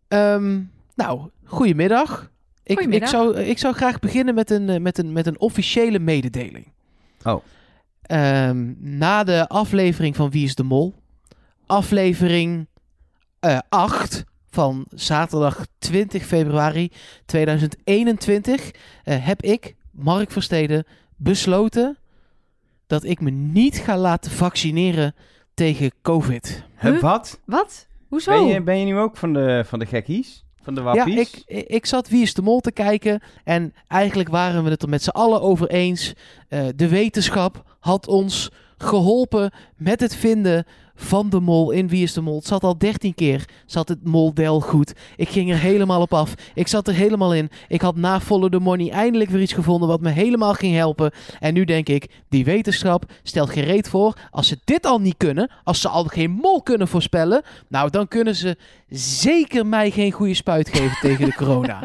Goedemiddag. Goedemiddag. Ik zou graag beginnen met een officiële mededeling. Oh. Na de aflevering van Wie is de Mol, aflevering 8 van zaterdag 20 februari 2021, heb ik, Mark Versteden, besloten dat ik me niet ga laten vaccineren tegen COVID. Huh? Wat? Wat? Hoezo? Ben je nu ook van de gekkies? Van de wappies? Ja, ik zat Wie is de Mol te kijken en eigenlijk waren we het er met z'n allen over eens. De wetenschap had ons geholpen met het vinden van de mol in Wie is de Mol. Het zat al 13 keer, zat het moldel goed. Ik ging er helemaal op af. Ik zat er helemaal in. Ik had na Follow the Money eindelijk weer iets gevonden wat me helemaal ging helpen. En nu denk ik, die wetenschap stelt geen reet voor. Als ze dit al niet kunnen, als ze al geen mol kunnen voorspellen, nou dan kunnen ze zeker mij geen goede spuit geven tegen de corona.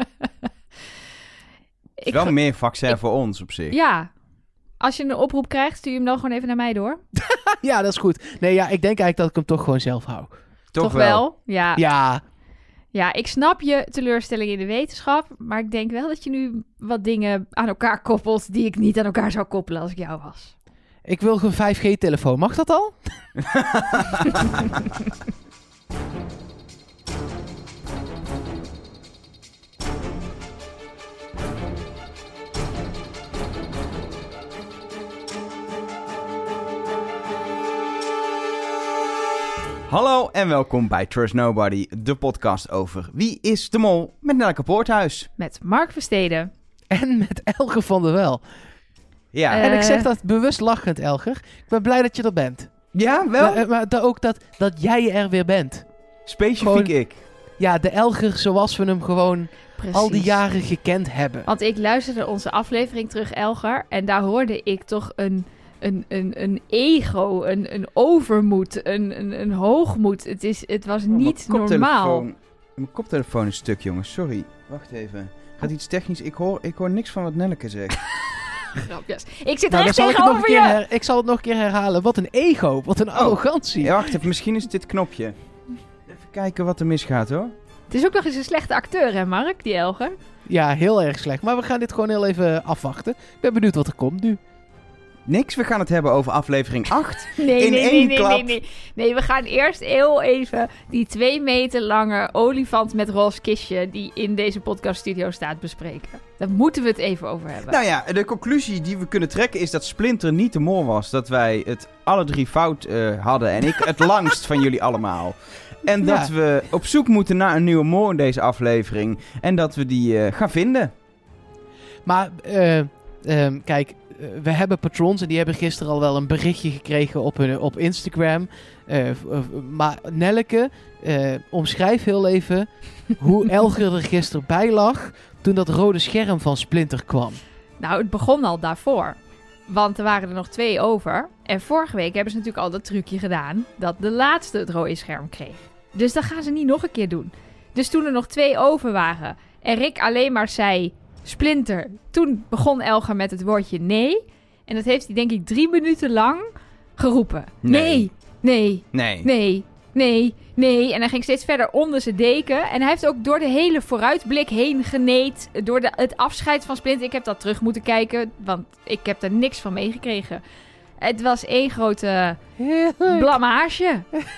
Wel meer vaccin voor ons op zich. Ja. Als je een oproep krijgt, stuur je hem dan gewoon even naar mij door. Ja, dat is goed. Nee, ja, ik denk eigenlijk dat ik hem toch gewoon zelf hou. Toch wel? Ja. Ja. Ja, ik snap je teleurstelling in de wetenschap, maar ik denk wel dat je nu wat dingen aan elkaar koppelt die ik niet aan elkaar zou koppelen als ik jou was. Ik wil een 5G-telefoon. Mag dat al? Hallo en welkom bij Trust Nobody, de podcast over Wie is de Mol met Nelleke Poorthuis. Met Mark Versteden. En met Elger van der Wel. Ja. En ik zeg dat bewust lachend, Elger. Ik ben blij dat je er bent. Ja, wel? Maar ook dat jij er weer bent. Specifiek gewoon, ik. Ja, de Elger zoals we hem gewoon Precies. al die jaren gekend hebben. Want ik luisterde onze aflevering terug, Elger, en daar hoorde ik toch een ego, een overmoed, een hoogmoed. Het was niet normaal. Mijn koptelefoon is stuk, jongens. Sorry. Wacht even. Gaat iets technisch? Ik hoor niks van wat Nelleke zegt. Grapjes. Ik zit Nou, recht dan zal tegenover je. Ik zal het nog een keer herhalen. Wat een ego. Wat een arrogantie. Ja, wacht even. Misschien is het dit knopje. Even kijken wat er misgaat, hoor. Het is ook nog eens een slechte acteur, hè Mark, die Elger? Ja, heel erg slecht. Maar we gaan dit gewoon heel even afwachten. Ik ben benieuwd wat er komt nu. Niks, we gaan het hebben over aflevering 8. Nee, we gaan eerst heel even die 2 meter lange olifant met roze kistje die in deze podcaststudio staat bespreken. Daar moeten we het even over hebben. Nou ja, de conclusie die we kunnen trekken is dat Splinter niet de mol was. Dat wij het alle 3 fout hadden en ik het langst van jullie allemaal. En dat we op zoek moeten naar een nieuwe mol in deze aflevering. En dat we die gaan vinden. Maar, kijk, we hebben patrons en die hebben gisteren al wel een berichtje gekregen op Instagram. Maar Nelleke, omschrijf heel even hoe Elger er gisteren bij lag toen dat rode scherm van Splinter kwam. Nou, het begon al daarvoor. Want er waren er nog 2 over. En vorige week hebben ze natuurlijk al dat trucje gedaan dat de laatste het rode scherm kreeg. Dus dat gaan ze niet nog een keer doen. Dus toen er nog 2 over waren en Rick alleen maar zei Splinter, toen begon Elger met het woordje nee. En dat heeft hij denk ik 3 minuten lang geroepen. Nee. En hij ging steeds verder onder zijn deken. En hij heeft ook door de hele vooruitblik heen geneed. Door het afscheid van Splinter. Ik heb dat terug moeten kijken, want ik heb er niks van meegekregen. Het was 1 grote blamage.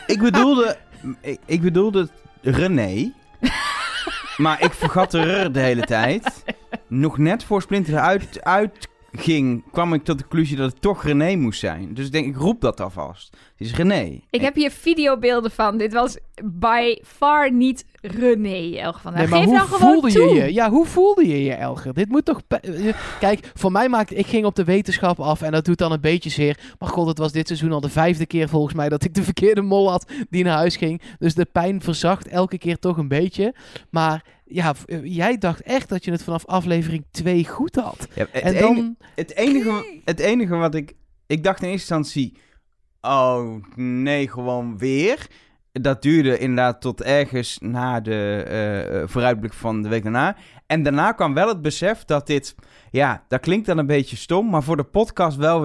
Ik bedoelde René. Maar ik vergat de hele tijd. Nog net voor Splinter eruit ging, kwam ik tot de conclusie dat het toch René moest zijn. Dus ik denk, ik roep dat alvast. Het is René. Ik heb hier videobeelden van. Dit was by far niet René, Elger van. Nee, maar geef hoe nou gewoon voelde toe. je je? Ja, hoe voelde je je, Elger? Dit moet toch... Kijk, voor mij ik ging op de wetenschap af en dat doet dan een beetje zeer. Maar god, het was dit seizoen al de 5e keer volgens mij dat ik de verkeerde mol had die naar huis ging. Dus de pijn verzacht elke keer toch een beetje. Maar ja, jij dacht echt dat je het vanaf aflevering 2 goed had. Ja, het enige wat ik dacht in eerste instantie, oh nee, gewoon weer. Dat duurde inderdaad tot ergens na de vooruitblik van de week daarna. En daarna kwam wel het besef dat dit, ja, dat klinkt dan een beetje stom, maar voor de podcast wel weer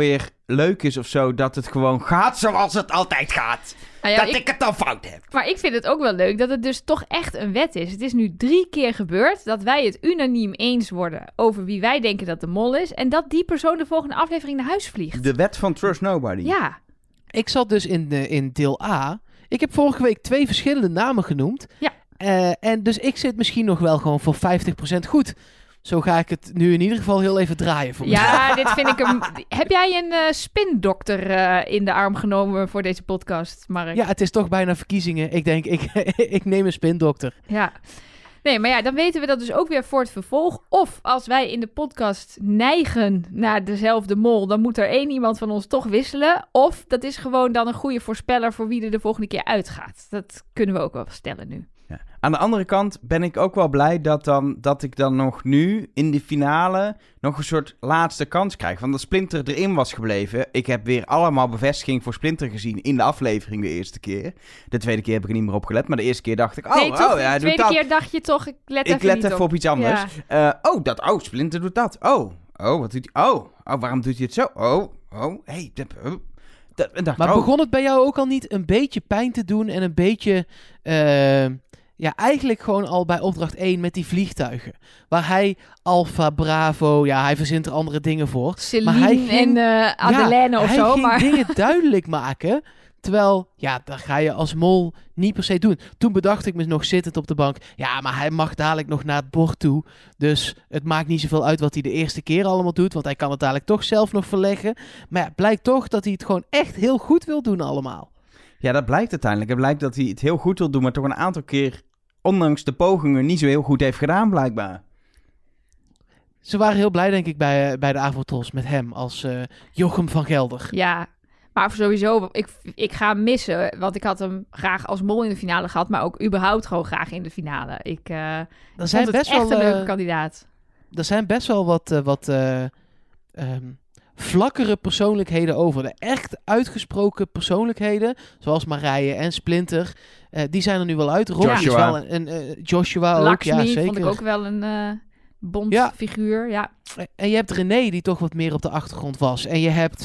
leuk is of zo dat het gewoon gaat zoals het altijd gaat. Nou ja, dat ik het dan fout heb. Maar ik vind het ook wel leuk dat het dus toch echt een wet is. Het is nu 3 keer gebeurd dat wij het unaniem eens worden over wie wij denken dat de mol is. En dat die persoon de volgende aflevering naar huis vliegt. De wet van Trust Nobody. Ja. Ik zat dus in deel A. Ik heb vorige week 2 verschillende namen genoemd. Ja. En dus ik zit misschien nog wel gewoon voor 50% goed. Zo ga ik het nu in ieder geval heel even draaien voor mezelf. Ja, dit vind ik hem... Heb jij een spindokter in de arm genomen voor deze podcast, Mark? Ja, het is toch bijna verkiezingen. Ik denk, ik neem een spindokter. Ja. Nee, maar ja, dan weten we dat dus ook weer voor het vervolg. Of als wij in de podcast neigen naar dezelfde mol, dan moet er 1 iemand van ons toch wisselen. Of dat is gewoon dan een goede voorspeller voor wie er de volgende keer uitgaat. Dat kunnen we ook wel stellen nu. Ja. Aan de andere kant ben ik ook wel blij dat ik dan nog nu in de finale nog een soort laatste kans krijg. Want dat Splinter erin was gebleven. Ik heb weer allemaal bevestiging voor Splinter gezien in de aflevering de eerste keer. De tweede keer heb ik er niet meer op gelet. Maar de eerste keer dacht ik, Ja, de doet tweede dat. keer dacht je toch, ik let even op iets anders. Ja. Splinter doet dat. Wat doet hij? Waarom doet hij het zo? Maar begon het bij jou ook al niet een beetje pijn te doen en een beetje... eigenlijk gewoon al bij opdracht 1 met die vliegtuigen. Waar hij Alpha, Bravo, hij verzint er andere dingen voor. Celine maar hij ging, en Adelaine of zo. Hij ging Maar dingen duidelijk maken. Terwijl, dat ga je als mol niet per se doen. Toen bedacht ik me nog zittend op de bank. Ja, maar hij mag dadelijk nog naar het bord toe. Dus het maakt niet zoveel uit wat hij de eerste keer allemaal doet. Want hij kan het dadelijk toch zelf nog verleggen. Maar het blijkt toch dat hij het gewoon echt heel goed wil doen allemaal. Ja, dat blijkt uiteindelijk. Het blijkt dat hij het heel goed wil doen, maar toch een aantal keer, ondanks de pogingen, niet zo heel goed heeft gedaan, blijkbaar. Ze waren heel blij, denk ik, bij de Avotros met hem als Jochem van Gelder. ja, maar sowieso, ik ga hem missen. Want ik had hem graag als mol in de finale gehad. Maar ook überhaupt gewoon graag in de finale. Ik vond het echt een leuke kandidaat. Er zijn best wel wat vlakkere persoonlijkheden over. De echt uitgesproken persoonlijkheden, zoals Marije en Splinter, die zijn er nu wel uit. Rocky is wel Joshua ook, Lakshmi zeker. vond ik ook wel een bond figuur, ja. En je hebt René, die toch wat meer op de achtergrond was. En je hebt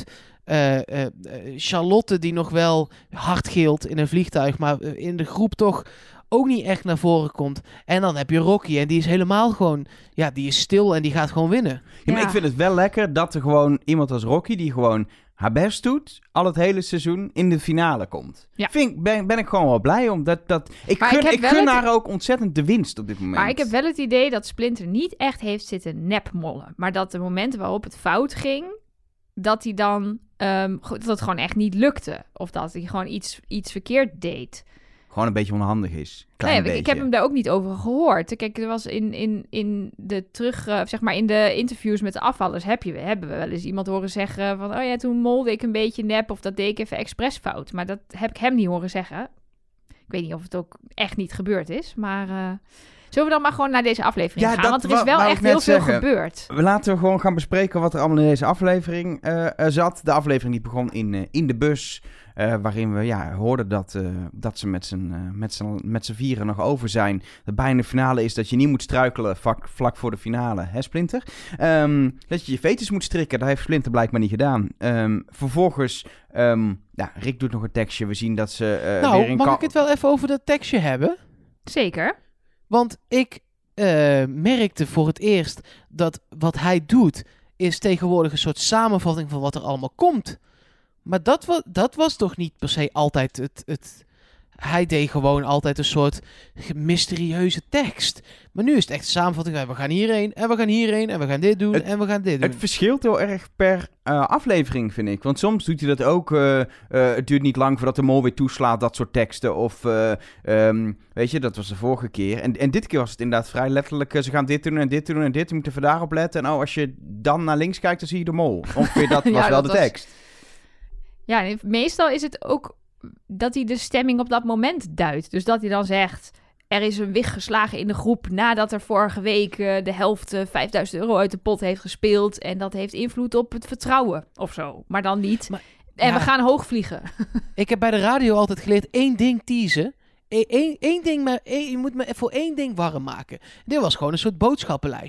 Charlotte, die nog wel hard gilt in een vliegtuig, maar in de groep toch ook niet echt naar voren komt. En dan heb je Rocky en die is helemaal gewoon, die is stil en die gaat gewoon winnen. Ja, maar ik vind het wel lekker dat er gewoon iemand als Rocky, die gewoon haar best doet, al het hele seizoen in de finale komt. Ja. Ben ik gewoon wel blij om. Ik gun haar ook ontzettend de winst op dit moment. Maar ik heb wel het idee dat Splinter niet echt heeft zitten nepmollen. Maar dat de momenten waarop het fout ging, dat hij dan dat het gewoon echt niet lukte. Of dat hij gewoon iets verkeerd deed. Gewoon een beetje onhandig is. Ik heb hem daar ook niet over gehoord. Kijk, er was in de interviews met de afvallers hebben we wel eens iemand horen zeggen van, toen molde ik een beetje nep of dat deed ik even expres fout. Maar dat heb ik hem niet horen zeggen. Ik weet niet of het ook echt niet gebeurd is, maar zullen we dan maar gewoon naar deze aflevering gaan? Want er is wel echt heel veel gebeurd. Laten we gewoon gaan bespreken wat er allemaal in deze aflevering zat. De aflevering die begon in de bus, waarin we hoorden dat ze met z'n vieren nog over zijn. De bijna finale is dat je niet moet struikelen vlak voor de finale, hè Splinter? Dat je je veters moet strikken, dat heeft Splinter blijkbaar niet gedaan. Vervolgens, Rick doet nog een tekstje. We zien dat ze mag ik het wel even over dat tekstje hebben? Zeker. Want ik merkte voor het eerst dat wat hij doet is tegenwoordig een soort samenvatting van wat er allemaal komt. Maar dat was toch niet per se altijd het... Hij deed gewoon altijd een soort mysterieuze tekst. Maar nu is het echt een samenvatting. We gaan hierheen en we gaan hierheen en we gaan dit doen en we gaan dit doen. Het verschilt heel erg per aflevering, vind ik. Want soms doet hij dat ook. Het duurt niet lang voordat de mol weer toeslaat, dat soort teksten. Of, weet je, dat was de vorige keer. En dit keer was het inderdaad vrij letterlijk. Ze gaan dit doen en dit doen en dit. Je moet er vandaag op letten. En als je dan naar links kijkt, dan zie je de mol. Ongeveer dat was wel de tekst. Ja, meestal is het ook dat hij de stemming op dat moment duidt. Dus dat hij dan zegt, er is een wicht geslagen in de groep nadat er vorige week de helft €5.000 uit de pot heeft gespeeld. En dat heeft invloed op het vertrouwen of zo. Maar dan niet. We gaan hoog vliegen. Ik heb bij de radio altijd geleerd 1 ding teasen. Eén ding, je moet me voor 1 ding warm maken. Dit was gewoon een soort boodschappenlijstje.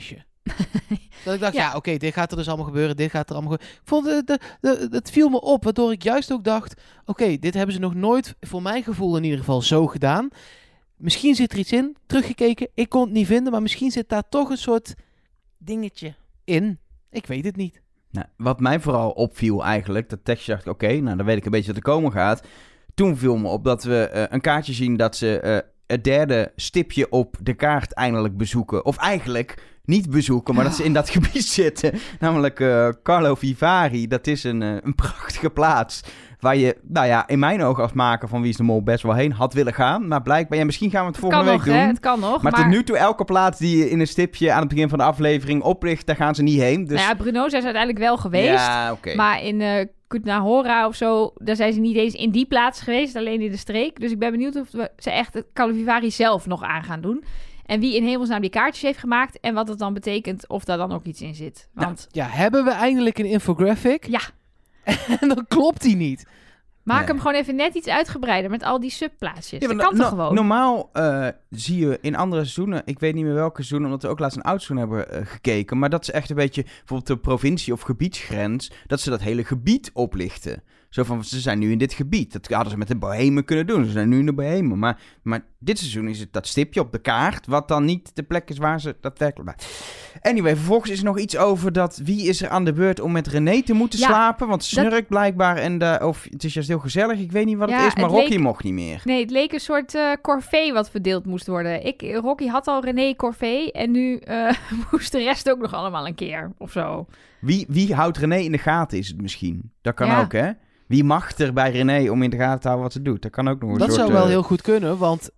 Dat ik dacht, Ja. oké, dit gaat er dus allemaal gebeuren. Dit gaat er allemaal gebeuren. Ik vond, het viel me op, waardoor ik juist ook dacht... Oké, dit hebben ze nog nooit, voor mijn gevoel in ieder geval, zo gedaan. Misschien zit er iets in, teruggekeken. Ik kon het niet vinden, maar misschien zit daar toch een soort dingetje in. Ik weet het niet. Nou, wat mij vooral opviel eigenlijk, dat tekstje dacht ik, oké, nou dan weet ik een beetje wat er komen gaat. Toen viel me op dat we een kaartje zien dat ze het derde stipje op de kaart eindelijk bezoeken. Of eigenlijk niet bezoeken, maar dat ze in dat gebied zitten. Namelijk Carlo Vivari. Dat is een prachtige plaats waar je, nou ja, in mijn ogen als maker van Wie is de Mol best wel heen had willen gaan. Maar blijkbaar, ja, misschien gaan we het volgende week doen. Het kan nog. Maar tot nu toe, elke plaats die je in een stipje aan het begin van de aflevering oplicht, daar gaan ze niet heen. Dus... Nou ja, Bruno zijn ze uiteindelijk wel geweest. Ja, oké. Maar in Kutna-Hora of zo, daar zijn ze niet eens in die plaats geweest, alleen in de streek. Dus ik ben benieuwd of ze echt het Carlo Vivari zelf nog aan gaan doen. En wie in hemelsnaam die kaartjes heeft gemaakt en wat het dan betekent, of daar dan ook iets in zit. Want Ja, hebben we eindelijk een infographic? Ja. En dan klopt die niet. maak hem gewoon even net iets uitgebreider met al die subplaatsjes. Ja, dat maar kan toch gewoon? Normaal zie je in andere seizoenen, ik weet niet meer welke seizoenen, omdat we ook laatst een oud seizoen hebben gekeken, maar dat ze echt een beetje, bijvoorbeeld de provincie of gebiedsgrens, dat ze dat hele gebied oplichten. Zo van, ze zijn nu in dit gebied. Dat hadden ze met de Bohemen kunnen doen. Ze zijn nu in de Bohemen. Maar dit seizoen is het dat stipje op de kaart, wat dan niet de plek is waar ze daadwerkelijk bij. Anyway, vervolgens is er nog iets over dat wie is er aan de beurt om met René te moeten slapen. Want Snurk blijkbaar of het is juist heel gezellig. Ik weet niet wat het is, maar Rocky mocht niet meer. Nee, het leek een soort corvée wat verdeeld moest worden. Rocky had al René corvée en nu moest de rest ook nog allemaal een keer of zo. Wie houdt René in de gaten is het misschien? Dat kan ook, hè? Wie mag er bij René om in de gaten te houden wat ze doet? Dat kan ook nog een dat soort... zou wel heel goed kunnen, want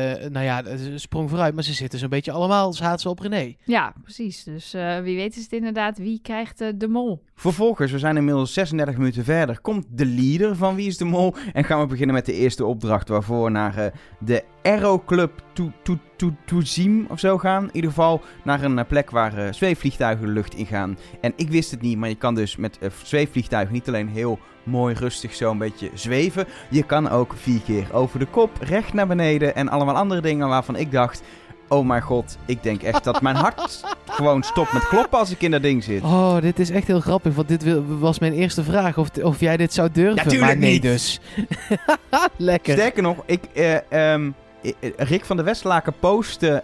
sprong vooruit, maar ze zitten zo'n beetje allemaal zaten op René. Ja, precies. Dus wie weet is het inderdaad, wie krijgt de mol? Vervolgens, we zijn inmiddels 36 minuten verder, komt de leader van Wie is de Mol en gaan we beginnen met de eerste opdracht waarvoor naar de Aero Club Touzim of zo gaan. In ieder geval naar een plek waar zweefvliegtuigen de lucht in gaan. En ik wist het niet, maar je kan dus met zweefvliegtuigen niet alleen heel mooi rustig zo een beetje zweven. Je kan ook 4 keer over de kop, recht naar beneden en allemaal andere dingen waarvan ik dacht... Oh mijn god, ik denk echt dat mijn hart gewoon stopt met kloppen als ik in dat ding zit. Oh, dit is echt heel grappig, want dit was mijn eerste vraag. Of jij dit zou durven? Ja, tuurlijk maar nee niet. Dus. Lekker. Sterker nog, Rick van der Westlaken postte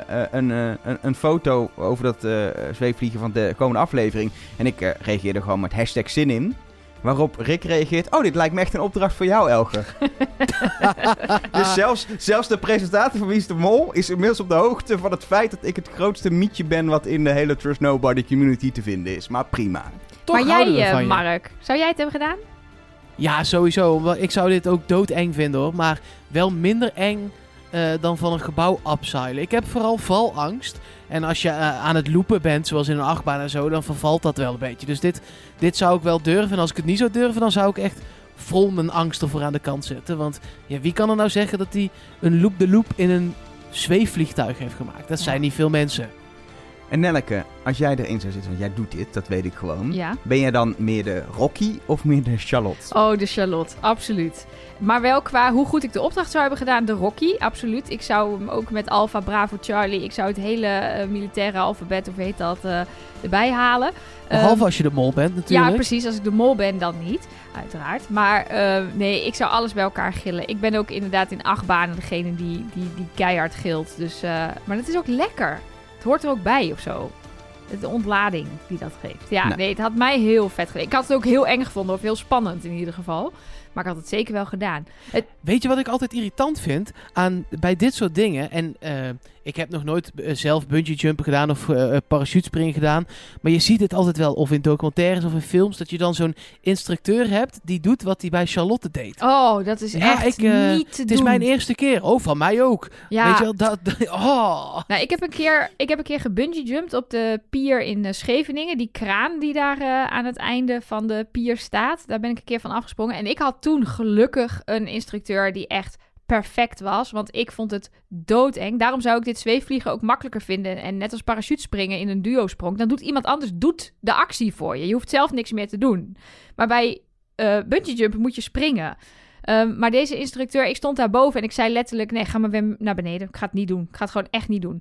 een foto over dat zweefvliegen van de komende aflevering. En ik reageerde gewoon met #zin in. Waarop Rick reageert, oh, dit lijkt me echt een opdracht voor jou, Elger. Dus zelfs de presentator van Wie is de Mol is inmiddels op de hoogte van het feit dat ik het grootste mietje ben wat in de hele Trust Nobody community te vinden is. Maar prima. Toch maar houden we jij, van je. Mark, zou jij het hebben gedaan? Ja, sowieso. Ik zou dit ook doodeng vinden hoor. Maar wel minder eng dan van een gebouw abseilen. Ik heb vooral valangst. En als je aan het loopen bent, zoals in een achtbaan en zo, dan vervalt dat wel een beetje. Dus dit zou ik wel durven. En als ik het niet zou durven, dan zou ik echt vol mijn angst ervoor aan de kant zetten. Want ja, wie kan er nou zeggen dat hij een loop-de-loop in een zweefvliegtuig heeft gemaakt? Dat zijn niet veel mensen. En Nelleke, als jij erin zou zitten, want jij doet dit, dat weet ik gewoon. Ja. Ben jij dan meer de Rocky of meer de Charlotte? Oh, de Charlotte, absoluut. Maar wel qua hoe goed ik de opdracht zou hebben gedaan, de Rocky, absoluut. Ik zou hem ook met Alpha, Bravo, Charlie, ik zou het hele militaire alfabet, of hoe heet dat, erbij halen. Behalve als je de mol bent natuurlijk. Ja, precies. Als ik de mol ben, dan niet. Uiteraard. Maar nee, ik zou alles bij elkaar gillen. Ik ben ook inderdaad in achtbanen degene die keihard gilt. Dus, maar dat is ook lekker. Het hoort er ook bij of zo. De ontlading die dat geeft. Ja, nee, het had mij heel vet gedaan. Ik had het ook heel eng gevonden, of heel spannend in ieder geval. Maar ik had het zeker wel gedaan. Weet je wat ik altijd irritant vind bij dit soort dingen? En ik heb nog nooit zelf bungee jumpen gedaan of parachutespringen gedaan. Maar je ziet het altijd wel, of in documentaires of in films, dat je dan zo'n instructeur hebt die doet wat hij bij Charlotte deed. Oh, dat is echt niet te doen. Het is mijn eerste keer. Oh, van mij ook. Ja. Weet je wel, oh. Nou, ik heb een keer gebungee jumped op de pier in Scheveningen. Die kraan die daar aan het einde van de pier staat. Daar ben ik een keer van afgesprongen. En ik had toen gelukkig een instructeur die echt perfect was. Want ik vond het doodeng. Daarom zou ik dit zweefvliegen ook makkelijker vinden. En net als parachutespringen in een duo-sprong, dan doet iemand anders de actie voor je. Je hoeft zelf niks meer te doen. Maar bij bungee jumpen moet je springen. Maar deze instructeur, ik stond daar boven en ik zei letterlijk, nee, ga maar weer naar beneden. Ik ga het niet doen. Ik ga het gewoon echt niet doen.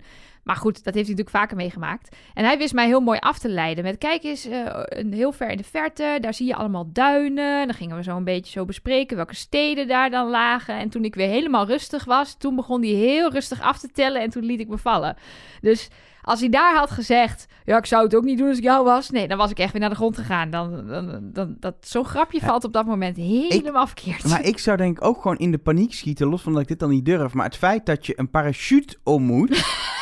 Maar goed, dat heeft hij natuurlijk vaker meegemaakt. En hij wist mij heel mooi af te leiden met... Kijk eens, heel ver in de verte, daar zie je allemaal duinen. Dan gingen we zo een beetje zo bespreken welke steden daar dan lagen. En toen ik weer helemaal rustig was, toen begon hij heel rustig af te tellen en toen liet ik me vallen. Dus als hij daar had gezegd... Ja, ik zou het ook niet doen als ik jou was. Nee, dan was ik echt weer naar de grond gegaan. Dat zo'n grapje valt op dat moment helemaal verkeerd. Maar ik zou denk ik ook gewoon in de paniek schieten, los van dat ik dit dan niet durf. Maar het feit dat je een parachute om moet,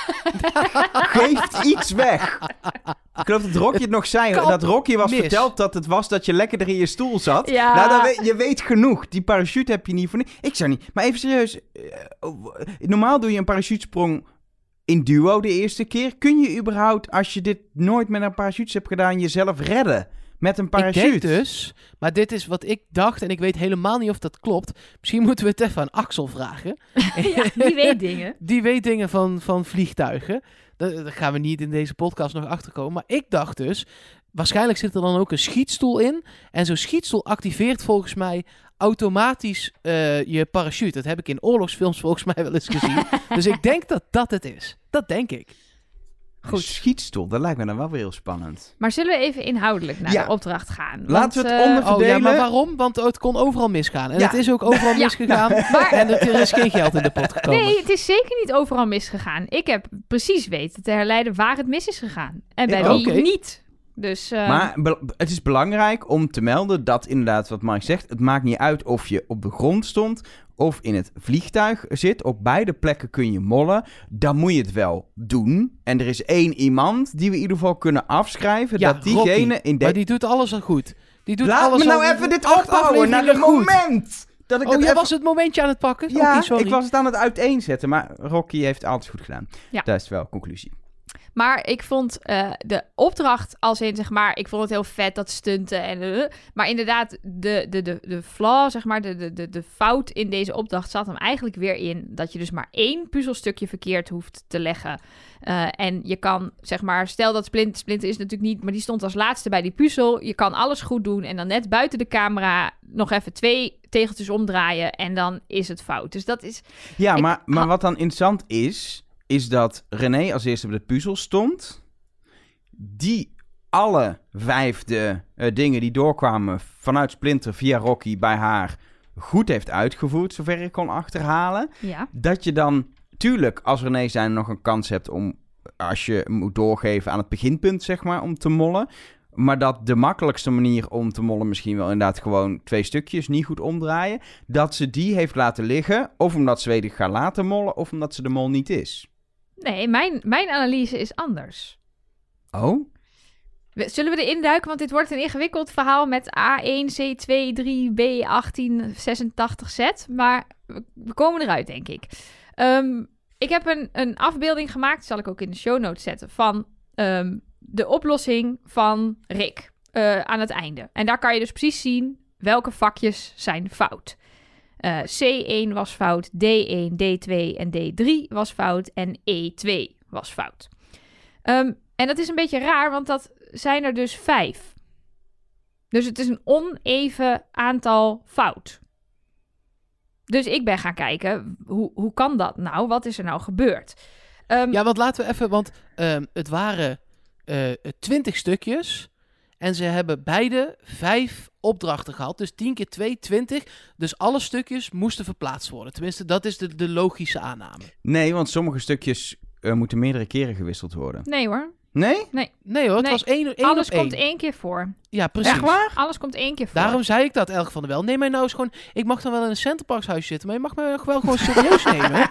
geeft iets weg. Ik geloof dat Rocky het nog zei. Dat Rocky was verteld dat het was dat je lekkerder in je stoel zat. Ja. Nou, je weet genoeg. Die parachute heb je niet voor niks. Ik zou niet... Maar even serieus. Normaal doe je een parachutesprong in duo de eerste keer. Kun je überhaupt, als je dit nooit met een parachute hebt gedaan, jezelf redden met een parachute? Ik denk dus, maar dit is wat ik dacht en ik weet helemaal niet of dat klopt. Misschien moeten we het even aan Axel vragen. Ja, die weet dingen. Die weet dingen van vliegtuigen. Daar gaan we niet in deze podcast nog achterkomen. Maar ik dacht dus, waarschijnlijk zit er dan ook een schietstoel in. En zo'n schietstoel activeert volgens mij automatisch je parachute. Dat heb ik in oorlogsfilms volgens mij wel eens gezien. Dus ik denk dat dat het is. Dat denk ik. Goed. Een schietstoel, dat lijkt me dan wel weer heel spannend. Maar zullen we even inhoudelijk naar de opdracht gaan? Laten we het onderverdelen. Ja, maar waarom? Want het kon overal misgaan. En het is ook overal misgegaan. Maar... En er is geen geld in de pot gekomen. Nee, het is zeker niet overal misgegaan. Ik heb precies weten te herleiden waar het mis is gegaan. En bij wie niet. Dus, Maar het is belangrijk om te melden dat inderdaad wat Mike zegt... het maakt niet uit of je op de grond stond of in het vliegtuig zit. Op beide plekken kun je mollen. Dan moet je het wel doen. En er is 1 iemand die we in ieder geval kunnen afschrijven... dat diegene Rocky. in Maar die doet alles al goed. Die doet Laat alles me nou even dit ophouden naar het moment... Dat ik jij was het momentje aan het pakken? Ja, okay, sorry. Ik was het aan het uiteenzetten. Maar Rocky heeft alles goed gedaan. Ja. Dat is wel conclusie. Maar ik vond de opdracht als in, zeg maar... Ik vond het heel vet, dat stunten en... maar inderdaad, de flaw, zeg maar... De fout in deze opdracht zat hem eigenlijk weer in... dat je dus maar 1 puzzelstukje verkeerd hoeft te leggen. En je kan, zeg maar... Stel dat Splinter is natuurlijk niet... maar die stond als laatste bij die puzzel. Je kan alles goed doen en dan net buiten de camera... nog even 2 tegeltjes omdraaien en dan is het fout. Dus dat is... Ja, maar wat dan interessant is dat René als eerste op de puzzel stond. Die alle 5 dingen die doorkwamen vanuit Splinter via Rocky bij haar goed heeft uitgevoerd, zover ik kon achterhalen. Ja. Dat je dan, tuurlijk, als René zijn nog een kans hebt om, als je moet doorgeven aan het beginpunt, zeg maar, om te mollen. Maar dat de makkelijkste manier om te mollen misschien wel inderdaad gewoon 2 stukjes niet goed omdraaien. Dat ze die heeft laten liggen, of omdat ze weet ik ga laten mollen, of omdat ze de mol niet is. Nee, mijn analyse is anders. Oh? Zullen we erin duiken? Want dit wordt een ingewikkeld verhaal met A1, C2, 3, B18, 86Z. Maar we komen eruit, denk ik. Ik heb een afbeelding gemaakt, zal ik ook in de show notes zetten, van de oplossing van Rick aan het einde. En daar kan je dus precies zien welke vakjes zijn fout. C1 was fout, D1, D2 en D3 was fout en E2 was fout. En dat is een beetje raar, want dat zijn er dus 5. Dus het is een oneven aantal fout. Dus ik ben gaan kijken, hoe kan dat nou? Wat is er nou gebeurd? Ja, want laten we even, want het waren 20 stukjes... En ze hebben beide 5 opdrachten gehad. Dus 10 keer 2, 20. Dus alle stukjes moesten verplaatst worden. Tenminste, dat is de logische aanname. Nee, want sommige stukjes moeten meerdere keren gewisseld worden. Nee hoor. Nee? Nee hoor, het was 1 Alles komt 1 keer voor. Ja, precies. Echt waar? Alles komt 1 keer voor. Daarom zei ik dat Elge van der Wel. Neem mij nou eens gewoon... Ik mag dan wel in een Centerparkshuis zitten, maar je mag mij nog wel gewoon serieus nemen.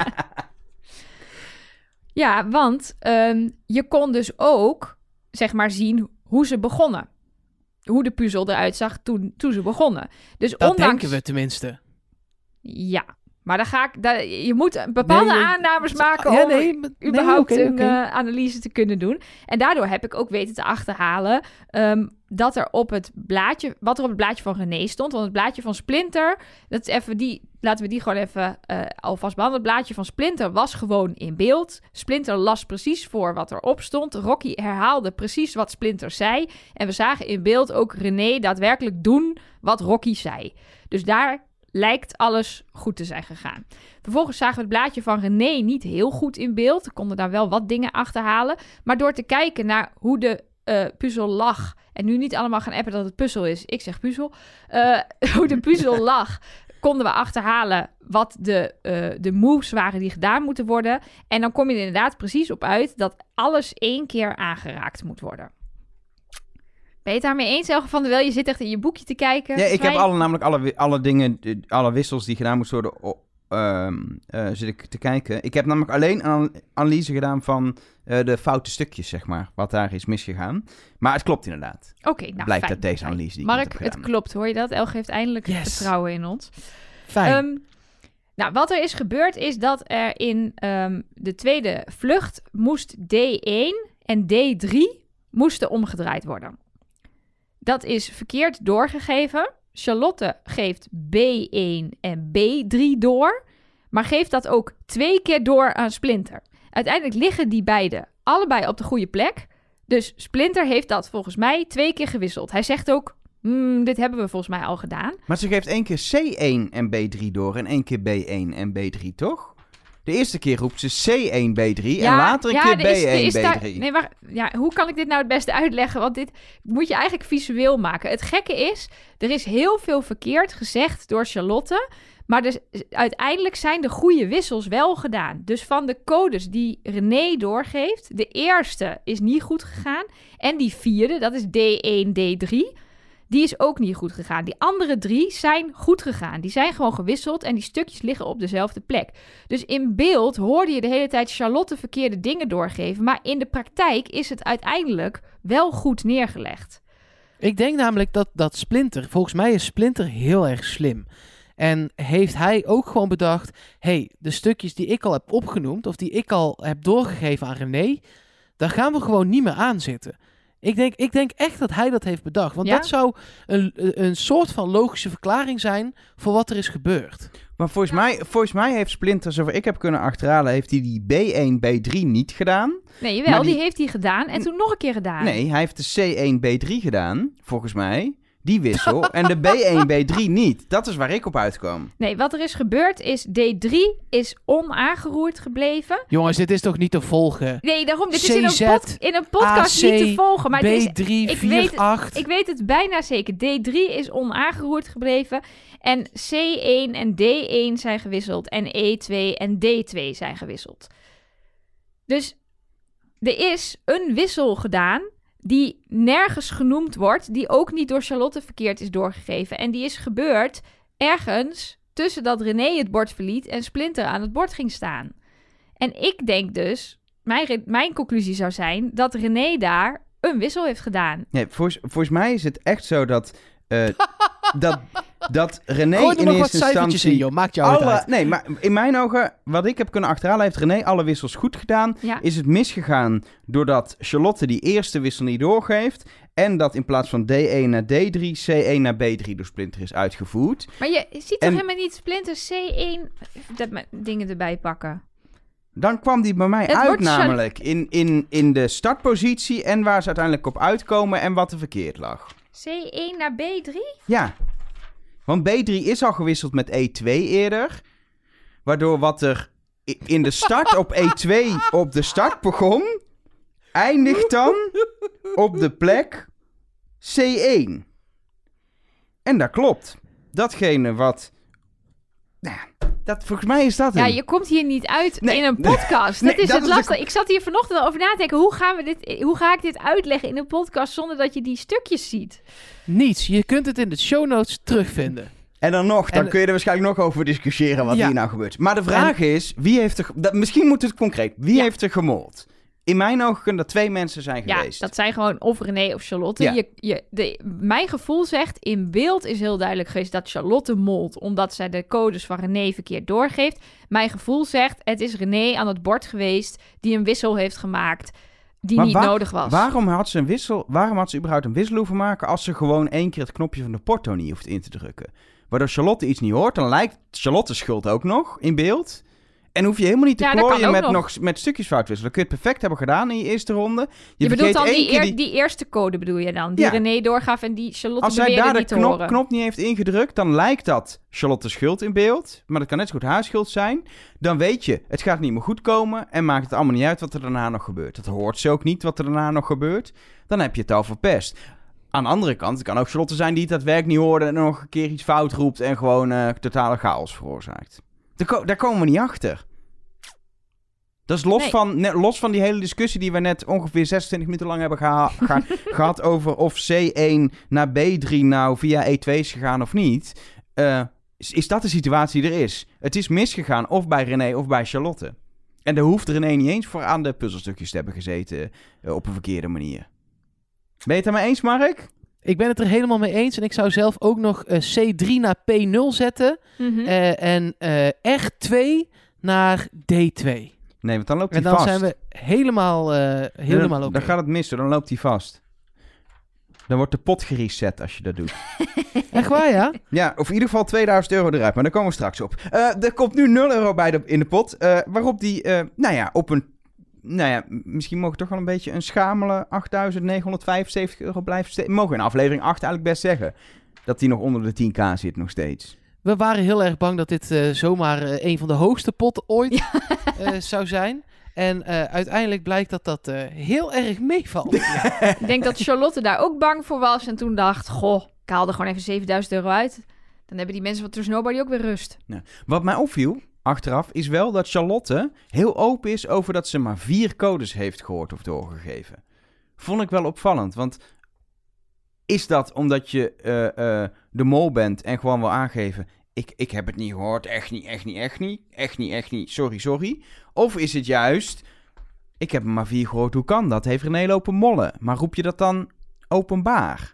Ja, want je kon dus ook, zeg maar, zien hoe ze begonnen. Hoe de puzzel eruit zag toen ze begonnen. Dus dat denken we tenminste. Ja, maar je moet bepaalde aannames maken om überhaupt een analyse te kunnen doen. En daardoor heb ik ook weten te achterhalen dat er op het blaadje, wat er op het blaadje van René stond. Want het blaadje van Splinter, dat is even laten we die gewoon even alvast behandelen. Het blaadje van Splinter was gewoon in beeld. Splinter las precies voor wat erop stond. Rocky herhaalde precies wat Splinter zei. En we zagen in beeld ook René daadwerkelijk doen wat Rocky zei. Dus daar lijkt alles goed te zijn gegaan. Vervolgens zagen we het blaadje van René niet heel goed in beeld. We konden daar wel wat dingen achterhalen. Maar door te kijken naar hoe de puzzel lag... en nu niet allemaal gaan appen dat het puzzel is. Ik zeg puzzel. Hoe de puzzel lag... konden we achterhalen wat de moves waren die gedaan moeten worden. En dan kom je er inderdaad precies op uit... dat alles 1 keer aangeraakt moet worden. Ben je het daarmee eens, Elge van der Wel? Je zit echt in je boekje te kijken. Ja, ik heb alle dingen, alle wissels die gedaan moeten worden, zit ik te kijken. Ik heb namelijk alleen een analyse gedaan van de foute stukjes, zeg maar. Wat daar is misgegaan. Maar het klopt inderdaad. Oké, nou blijkt fijn. uit deze analyse die Mark, ik heb gedaan. het klopt, hoor je dat? Elge heeft eindelijk vertrouwen in ons. Fijn. Nou, wat er is gebeurd is dat er in de tweede vlucht moest D1 en D3 moesten omgedraaid worden. Dat is verkeerd doorgegeven. Charlotte geeft B1 en B3 door, maar geeft dat ook 2 keer door aan Splinter. Uiteindelijk liggen die beide allebei op de goede plek. Dus Splinter heeft dat volgens mij 2 keer gewisseld. Hij zegt ook, dit hebben we volgens mij al gedaan. Maar ze geeft 1 keer C1 en B3 door en 1 keer B1 en B3, toch? De eerste keer roept ze C1, B3 en later een keer B1, B3. Hoe kan ik dit nou het beste uitleggen? Want dit moet je eigenlijk visueel maken. Het gekke is, er is heel veel verkeerd gezegd door Charlotte... maar dus, uiteindelijk zijn de goede wissels wel gedaan. Dus van de codes die René doorgeeft... de eerste is niet goed gegaan... en die vierde, dat is D1, D3... die is ook niet goed gegaan. Die andere 3 zijn goed gegaan. Die zijn gewoon gewisseld en die stukjes liggen op dezelfde plek. Dus in beeld hoorde je de hele tijd Charlotte verkeerde dingen doorgeven. Maar in de praktijk is het uiteindelijk wel goed neergelegd. Ik denk namelijk dat Splinter... Volgens mij is Splinter heel erg slim. En heeft hij ook gewoon bedacht... de stukjes die ik al heb opgenoemd... of die ik al heb doorgegeven aan René... daar gaan we gewoon niet meer aan zitten. Ik denk echt dat hij dat heeft bedacht. Want dat zou een soort van logische verklaring zijn voor wat er is gebeurd. Maar volgens mij heeft Splinter, zover ik heb kunnen achterhalen, heeft hij die B1, B3 niet gedaan. Nee, jawel, die heeft hij gedaan en toen nog een keer gedaan. Nee, hij heeft de C1, B3 gedaan, volgens mij. Die wissel. En de B1, B3 niet. Dat is waar ik op uitkwam. Nee, wat er is gebeurd is... D3 is onaangeroerd gebleven. Jongens, dit is toch niet te volgen? Nee, daarom. Dit CZ, is in een podcast AC, niet te volgen. Maar B3, 4, 8. Ik weet het bijna zeker. D3 is onaangeroerd gebleven. En C1 en D1 zijn gewisseld. En E2 en D2 zijn gewisseld. Dus er is een wissel gedaan... die nergens genoemd wordt, die ook niet door Charlotte verkeerd is doorgegeven. En die is gebeurd ergens tussen dat René het bord verliet en Splinter aan het bord ging staan. En ik denk dus, mijn conclusie zou zijn, dat René daar een wissel heeft gedaan. Nee, volgens mij is het echt zo dat... dat René Gooi er in nog eerste wat cijfertjes instantie... in, joh. Maakt jou het uit. Nee, maar in mijn ogen, wat ik heb kunnen achterhalen, heeft René alle wissels goed gedaan. Ja. Is het misgegaan doordat Charlotte die eerste wissel niet doorgeeft... en dat in plaats van D1 naar D3, C1 naar B3 door Splinter is uitgevoerd. Maar je ziet toch helemaal niet Splinter C1... dat dingen erbij pakken. Dan kwam die bij mij Het uit wordt namelijk in de startpositie... en waar ze uiteindelijk op uitkomen en wat er verkeerd lag. C1 naar B3? Ja, want B3 is al gewisseld met E2 eerder. Waardoor wat er in de start op E2 op de start begon... eindigt dan op de plek C1. En dat klopt. Datgene wat... Nou, volgens mij is dat Ja, je komt hier niet uit in een podcast. Dat is het lastige. Ik zat hier vanochtend over na te denken. Hoe ga ik dit uitleggen in een podcast zonder dat je die stukjes ziet? Niets. Je kunt het in de show notes terugvinden. En dan kun je er waarschijnlijk nog over discussiëren wat hier nou gebeurt. Maar de vraag is, wie heeft er... misschien moet het concreet. Wie heeft er gemold? In mijn ogen kunnen er 2 mensen zijn geweest. Ja, dat zijn gewoon of René of Charlotte. Ja. Mijn gevoel zegt, in beeld is heel duidelijk geweest dat Charlotte molt... omdat zij de codes van René verkeerd doorgeeft. Mijn gevoel zegt, het is René aan het bord geweest... die een wissel heeft gemaakt die niet nodig was. Waarom had ze überhaupt een wissel hoeven maken... als ze gewoon 1 keer het knopje van de porto niet hoeft in te drukken? Waardoor Charlotte iets niet hoort, dan lijkt Charlotte schuld ook nog in beeld... En hoef je helemaal niet te Ja, dat klooien kan ook met stukjes fout wisselen. Dan kun je het perfect hebben gedaan in je eerste ronde. Je bedoelt dan vergeet die eerste code bedoel je dan? Die Ja. René doorgaf en die Charlotte Als zij beweerde daar niet te de horen. knop niet heeft ingedrukt, dan lijkt dat Charlotte's schuld in beeld. Maar dat kan net zo goed haar schuld zijn. Dan weet je, het gaat niet meer goed komen. En maakt het allemaal niet uit wat er daarna nog gebeurt. Dat hoort ze ook niet wat er daarna nog gebeurt. Dan heb je het al verpest. Aan de andere kant, het kan ook Charlotte zijn die het dat werk niet hoorde en nog een keer iets fout roept en gewoon totale chaos veroorzaakt. Daar komen we niet achter. Dat is los van die hele discussie die we net ongeveer 26 minuten lang hebben gehad over of C1 naar B3 nou via E2 is gegaan of niet. Is dat de situatie die er is? Het is misgegaan of bij René of bij Charlotte. En daar hoeft René niet eens voor aan de puzzelstukjes te hebben gezeten op een verkeerde manier. Ben je het ermee eens, Mark? Ik ben het er helemaal mee eens. En ik zou zelf ook nog C3 naar P0 zetten. En R2 naar D2. Nee, want dan loopt hij En dan vast. zijn we helemaal oké. Dan gaat het mis, dan loopt hij vast. Dan wordt de pot gereset als je dat doet. Echt waar, ja? Ja, of in ieder geval €2000 eruit, maar daar komen we straks op. Er komt nu €0 bij in de pot, waarop die, misschien mogen we toch wel een beetje een schamele €8.975 blijft steken. Mogen we in aflevering 8 eigenlijk best zeggen. Dat die nog onder de 10k zit nog steeds. We waren heel erg bang dat dit zomaar een van de hoogste potten ooit zou zijn. En uiteindelijk blijkt dat heel erg meevalt. Ja. Ik denk dat Charlotte daar ook bang voor was en toen dacht, goh, ik haal er gewoon even €7.000 uit. Dan hebben die mensen van Trust Nobody ook weer rust. Ja. Wat mij opviel, achteraf, is wel dat Charlotte heel open is over dat ze maar 4 codes heeft gehoord of doorgegeven. Vond ik wel opvallend, want is dat omdat je de mol bent en gewoon wil aangeven, ik heb het niet gehoord, echt niet, sorry. Of is het juist, ik heb er maar 4 gehoord, hoe kan dat? Heeft René lopen mollen, maar roep je dat dan openbaar?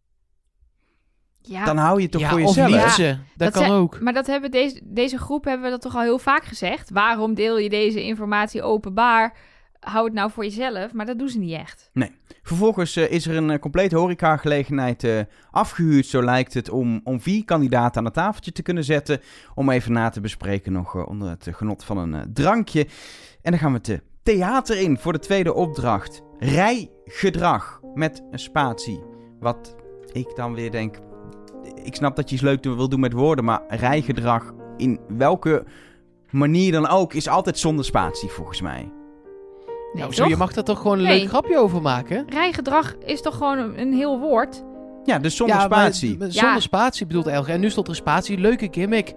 Ja. Dan hou je het toch voor of jezelf? liegt ze. Dat kan ook. Maar dat hebben deze groep hebben we dat toch al heel vaak gezegd. Waarom deel je deze informatie openbaar? Hou het nou voor jezelf, maar dat doen ze niet echt. Nee. Vervolgens is er een complete horecagelegenheid afgehuurd, zo lijkt het, om 4 kandidaten aan het tafeltje te kunnen zetten. Om even na te bespreken nog onder het genot van een drankje. En dan gaan we het theater in voor de tweede opdracht. Rijgedrag met een spatie. Wat ik dan weer denk, ik snap dat je iets leuk wil doen met woorden, maar rijgedrag in welke manier dan ook is altijd zonder spatie volgens mij. Nee, Nou, toch? je mag er toch gewoon een leuk grapje over maken? Rijgedrag is toch gewoon een heel woord? Ja, dus zonder spatie. Maar zonder spatie bedoelt Elger. En nu stond er spatie. Leuke gimmick.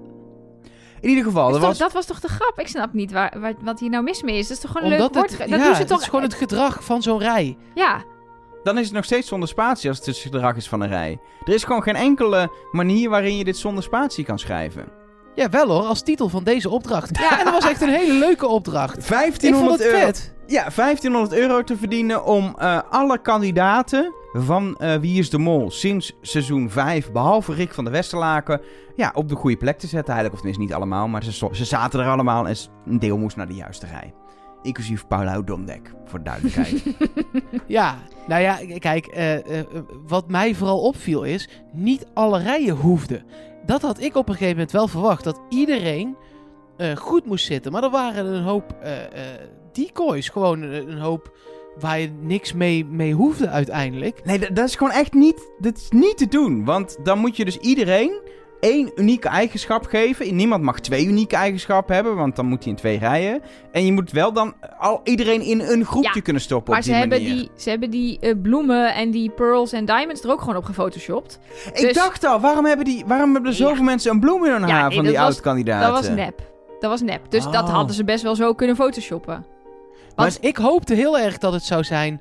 In ieder geval, Dat was toch de grap? Ik snap niet wat hier nou mis mee is. Dat is toch gewoon een leuk woord? Dat doen ze het toch? is gewoon het gedrag van zo'n rij. Ja, dan is het nog steeds zonder spatie als het het gedrag is van een rij. Er is gewoon geen enkele manier waarin je dit zonder spatie kan schrijven. Ja, wel hoor, als titel van deze opdracht. Ja. En dat was echt een hele leuke opdracht. 1500 ik vond het euro. vet. Ja, €1500 te verdienen om alle kandidaten van Wie is de Mol sinds seizoen 5, behalve Rick van der Westerlaken, op de goede plek te zetten eigenlijk. Of tenminste niet allemaal, maar ze zaten er allemaal en een deel moest naar de juiste rij. Inclusief Paula Dondek, voor de duidelijkheid. Ja, nou ja, kijk, wat mij vooral opviel is, niet alle rijen hoefden. Dat had ik op een gegeven moment wel verwacht, dat iedereen goed moest zitten. Maar er waren een hoop decoys, gewoon een hoop waar je niks mee hoefde uiteindelijk. Nee, dat is gewoon echt niet te doen. Want dan moet je dus iedereen 1 unieke eigenschap geven. Niemand mag 2 unieke eigenschappen hebben, want dan moet hij in 2 rijen. En je moet wel dan iedereen in een groepje kunnen stoppen maar op die manier. ze hebben die bloemen en die pearls en diamonds er ook gewoon op gefotoshopt. Ik dacht al, waarom hebben er zoveel mensen een bloem in hun haar van die oud-kandidaten? Dat was nep. Dus dat hadden ze best wel zo kunnen photoshoppen. Want ik hoopte heel erg dat het zou zijn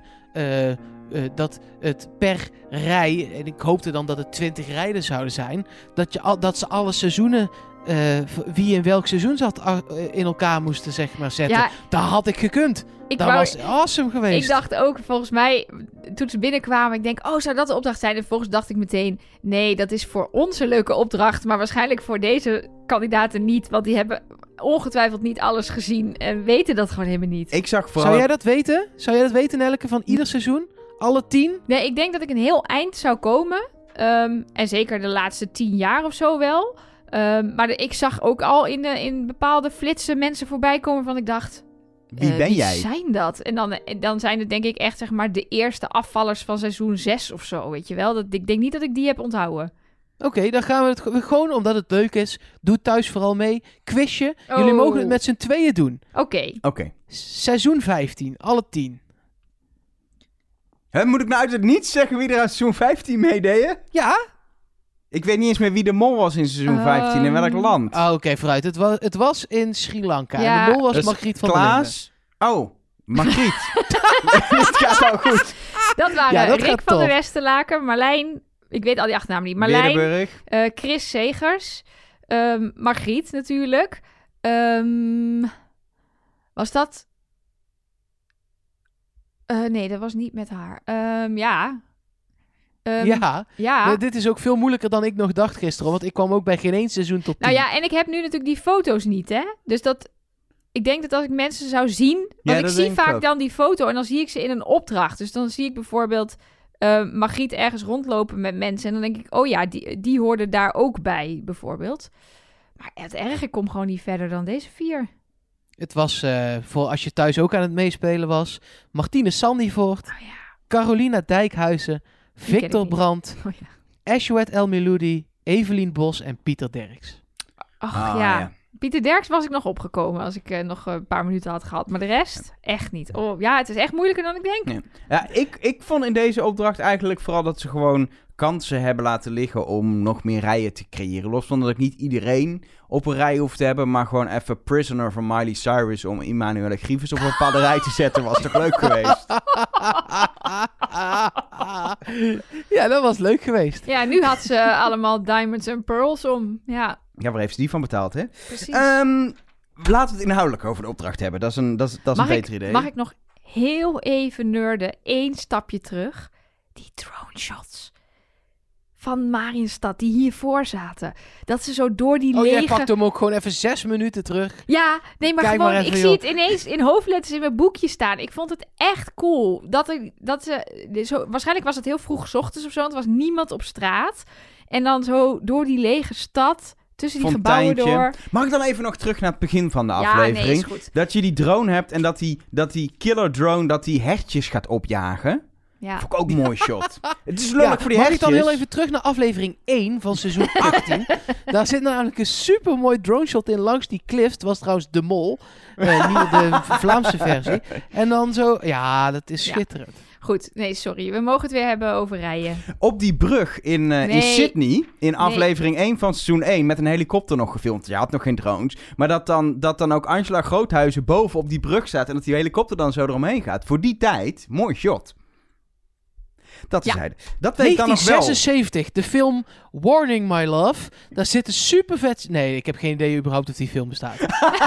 dat het per rij, en ik hoopte dan dat het 20 rijden zouden zijn, dat ze alle seizoenen, wie in welk seizoen zat, in elkaar moesten zetten. Ja, dat had ik gekund. Dat was awesome geweest. Ik dacht ook, volgens mij, toen ze binnenkwamen, ik denk, zou dat de opdracht zijn? En vervolgens dacht ik meteen, nee, dat is voor ons een leuke opdracht, maar waarschijnlijk voor deze kandidaten niet, want die hebben ongetwijfeld niet alles gezien en weten dat gewoon helemaal niet. Ik zag vooral... Zou jij dat weten? Zou jij dat weten, Nelleke, van ieder seizoen? Alle 10? Nee, ik denk dat ik een heel eind zou komen. En zeker de laatste 10 jaar of zo wel. Maar ik zag ook al in bepaalde flitsen mensen voorbij komen van ik dacht... Wie ben jij? Wie zijn dat? En dan zijn het denk ik echt zeg maar de eerste afvallers van seizoen 6 of zo, weet je wel. Ik denk niet dat ik die heb onthouden. Oké, dan gaan we het gewoon, omdat het leuk is. Doe thuis vooral mee. Quizje. Jullie Oh. mogen het met z'n tweeën doen. Oké. Seizoen 15, alle 10. Moet ik nou uit het niets zeggen wie er aan seizoen 15 meededen? Ja? Ik weet niet eens meer wie de mol was in seizoen 15 in welk land. Oké, vooruit. Het was in Sri Lanka. Ja. En de mol was Dus Margriet van der Linden. Klaas. Oh, Margriet. Het gaat al goed. Dat waren Ja, dat Rick gaat van der tof. Westerlaken, Marlijn... Ik weet al die achternamen niet. Marlijn, Weerdenburg. Chris Segers, Margriet natuurlijk. Was dat... nee, dat was niet met haar. Ja. Ja. Ja. Dit is ook veel moeilijker dan ik nog dacht gisteren. Want ik kwam ook bij geen één seizoen tot 10. Nou ja, en ik heb nu natuurlijk die foto's niet, hè. Dus dat... Ik denk dat als ik mensen zou zien... Want Ja, ik dat zie denk ik vaak ook. dan die foto en dan zie ik ze in een opdracht. Dus dan zie ik bijvoorbeeld Margriet ergens rondlopen met mensen. En dan denk ik, oh ja, die hoorde daar ook bij, bijvoorbeeld. Maar het erg, ik kom gewoon niet verder dan deze 4. Het was, voor als je thuis ook aan het meespelen was... Martine Sandifort, Oh ja. Carolina Dijkhuizen, ken ik Victor niet. Brandt, Oh ja. Ashwet El Miloudi, Evelien Bos en Pieter Derks. Ach Ah, ja. Pieter Derks was ik nog opgekomen als ik nog een paar minuten had gehad. Maar de rest, echt niet. Oh ja, het is echt moeilijker dan ik denk. Ja, ik vond in deze opdracht eigenlijk vooral dat ze gewoon kansen hebben laten liggen om nog meer rijen te creëren. Los van dat ik niet iedereen op een rij hoef te hebben, maar gewoon even Prisoner van Miley Cyrus om Emmanuelle Grievous op een bepaalde rij te zetten was toch leuk geweest? Ja, dat was leuk geweest. Ja, nu had ze allemaal diamonds en pearls om. Ja, Ja, waar heeft ze die van betaald, hè? precies. Laten we het inhoudelijk over de opdracht hebben. Dat is een beter idee. Mag ik nog heel even nerden? 1 stapje terug. Die drone shots van Marienstad die hiervoor zaten. Dat ze zo door die Oh, jij lege... pakt hem ook gewoon even 6 minuten terug. Ja, nee, maar Kijk gewoon, maar even, ik zie joh. het ineens in hoofdletters in mijn boekje staan. Ik vond het echt cool. Waarschijnlijk was het heel vroeg 's ochtends of zo, want er was niemand op straat. En dan zo door die lege stad, tussen die gebouwen door. Mag ik dan even nog terug naar het begin van de Ja, aflevering? nee, is goed. Dat je die drone hebt en dat die killer drone dat die hertjes gaat opjagen. Ja. Vond ik ook een mooi shot. Het is lullig voor die mag hertjes. ik dan heel even terug naar aflevering 1 van seizoen 18? Daar zit namelijk een supermooi drone shot in langs die cliff. Het was trouwens de mol, niet de Vlaamse versie. En dan zo, ja, dat is Ja. schitterend. Goed, nee, sorry. We mogen het weer hebben over rijden. Op die brug in Nee. Sydney, in aflevering 1 van seizoen 1, met een helikopter nog gefilmd. Je had nog geen drones. Maar dat dan ook Angela Groothuizen boven op die brug staat en dat die helikopter dan zo eromheen gaat. Voor die tijd, mooi shot. Dat is Ja. hij. Dat weet ik dan nog wel. 1976, de film Warning My Love. Daar zitten super vet... Nee, ik heb geen idee überhaupt of die film bestaat.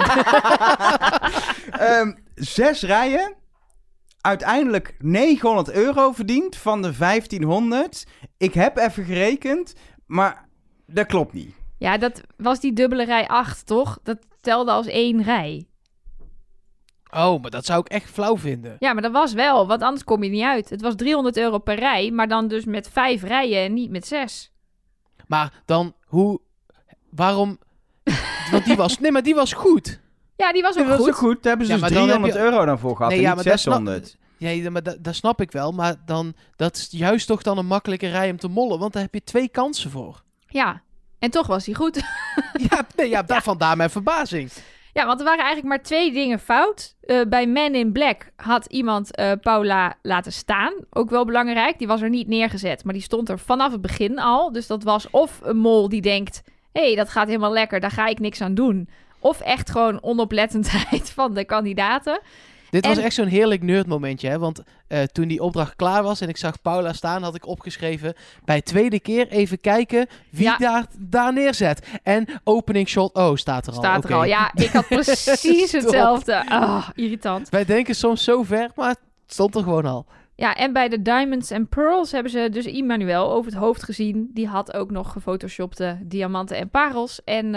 6 rijen. Uiteindelijk €900 verdiend van de 1500. Ik heb even gerekend, maar dat klopt niet. Ja, dat was die dubbele rij 8, toch? Dat telde als 1 rij. Oh, maar dat zou ik echt flauw vinden. Ja, maar dat was wel, want anders kom je niet uit. Het was €300 per rij, maar dan dus met 5 rijen en niet met 6. Maar dan, waarom... Want die was... Nee, maar die was goed. Ja, die was ook Dat was goed. ook goed. Daar hebben ze Ja, dus maar dan heb je- €300 dan voor gehad Nee, en ja, niet maar dat snap- 600. Ja, maar dat snap ik wel. Maar dan, dat is juist toch dan een makkelijke rij om te mollen. Want daar heb je 2 kansen voor. Ja, en toch was hij goed. Vandaar mijn verbazing. Ja, want er waren eigenlijk maar 2 dingen fout. Bij Men in Black had iemand Paula laten staan. Ook wel belangrijk. Die was er niet neergezet, maar die stond er vanaf het begin al. Dus dat was of een mol die denkt... Hé, dat gaat helemaal lekker, daar ga ik niks aan doen. Of echt gewoon onoplettendheid van de kandidaten. Dit was En- echt zo'n heerlijk nerdmomentje, hè? Want toen die opdracht klaar was en ik zag Paula staan, had ik opgeschreven... Bij tweede keer even kijken wie Ja. daar neerzet. En opening shot, staat er al. Staat er Oké. al. Ja, ik had precies Stop. hetzelfde. Ah, irritant. Wij denken soms zo ver, maar het stond er gewoon al. Ja, en bij de Diamonds and Pearls hebben ze dus Emmanuel over het hoofd gezien. Die had ook nog gefotoshopte diamanten en parels. En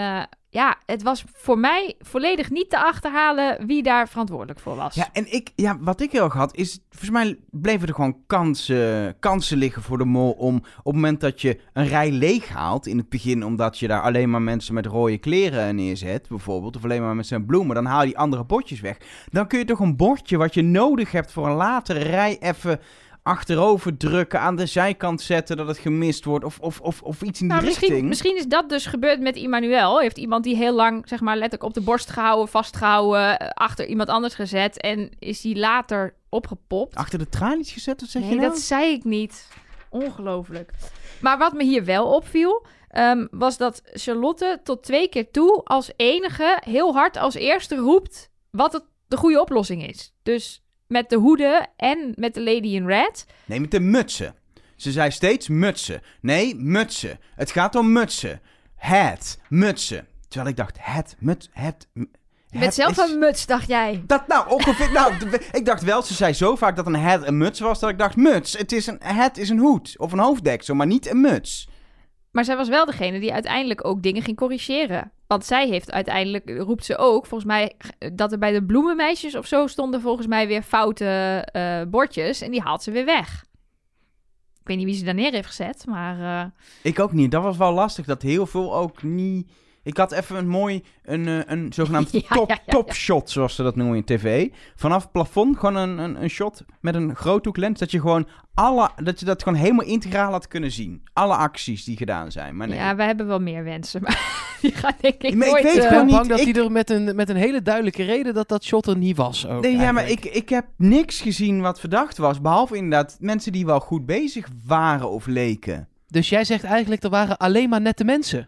het was voor mij volledig niet te achterhalen wie daar verantwoordelijk voor was. Ja, en wat ik heel erg had, is... Volgens mij bleven er gewoon kansen liggen voor de mol om... Op het moment dat je een rij leeg haalt in het begin... omdat je daar alleen maar mensen met rode kleren neerzet, bijvoorbeeld... of alleen maar mensen met bloemen, dan haal je die andere bordjes weg. Dan kun je toch een bordje wat je nodig hebt voor een latere rij... even achterover drukken, aan de zijkant zetten... dat het gemist wordt of iets in die richting. Misschien is dat dus gebeurd met Immanuel. Heeft iemand die heel lang, zeg maar, letterlijk op de borst gehouden... vastgehouden, achter iemand anders gezet... en is die later opgepopt. Achter de tralies gezet, wat zeg je Nee, nou? dat zei ik niet. Ongelooflijk. Maar wat me hier wel opviel... was dat Charlotte tot 2 keer toe als enige... heel hard als eerste roept... wat de goede oplossing is. Dus met de hoeden en met de Lady in Red. Nee, met de mutsen. Ze zei steeds mutsen. Nee, mutsen. Het gaat om mutsen. Mutsen. Terwijl ik dacht, Je bent zelf een muts, dacht jij. Dat nou, ongeveer... ik dacht wel, ze zei zo vaak dat een het een muts was... dat ik dacht, het is een hoed of een hoofddeksel, maar niet een muts. Maar zij was wel degene die uiteindelijk ook dingen ging corrigeren. Want zij heeft uiteindelijk, roept ze ook, volgens mij... dat er bij de bloemenmeisjes of zo stonden volgens mij weer foute bordjes... en die haalt ze weer weg. Ik weet niet wie ze daar neer heeft gezet, maar... Ik ook niet. Dat was wel lastig, dat heel veel ook niet... Ik had even een mooi, een zogenaamd top shot, zoals ze dat noemen in tv. Vanaf het plafond gewoon een shot met een groothoeklens. Dat je gewoon dat je dat gewoon helemaal integraal had kunnen zien. Alle acties die gedaan zijn. Maar nee. Ja, wij hebben wel meer wensen, maar die gaan denk ik Maar nooit... ik weet Ik gewoon ben niet... bang dat hij er met een hele duidelijke reden dat shot er niet was. Ook, Nee, ja, maar eigenlijk. ik heb niks gezien wat verdacht was. Behalve inderdaad mensen die wel goed bezig waren of leken. Dus jij zegt eigenlijk, er waren alleen maar nette mensen.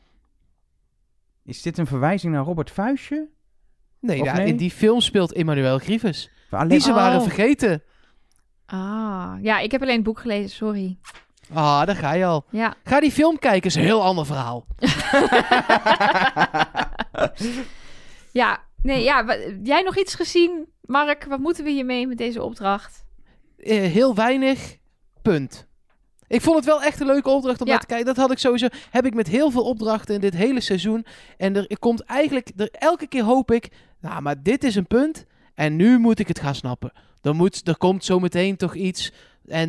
Is dit een verwijzing naar Robert Vuistje? Nee, Of ja, nee? in die film speelt Emmanuel Grievous. Alleen... Die ze waren vergeten. Ah, ja, ik heb alleen het boek gelezen, sorry. Ah, daar ga je al. Ja. Ga die film kijken, is een heel ander verhaal. Ja, nee, ja, jij nog iets gezien, Mark? Wat moeten we hiermee met deze opdracht? Heel weinig, punt. Ik vond het wel echt een leuke opdracht om naar te kijken. Dat had ik sowieso. Heb ik met heel veel opdrachten in dit hele seizoen. En er komt eigenlijk... elke keer hoop ik... Nou, maar dit is een punt. En nu moet ik het gaan snappen. Er komt zo meteen toch iets. En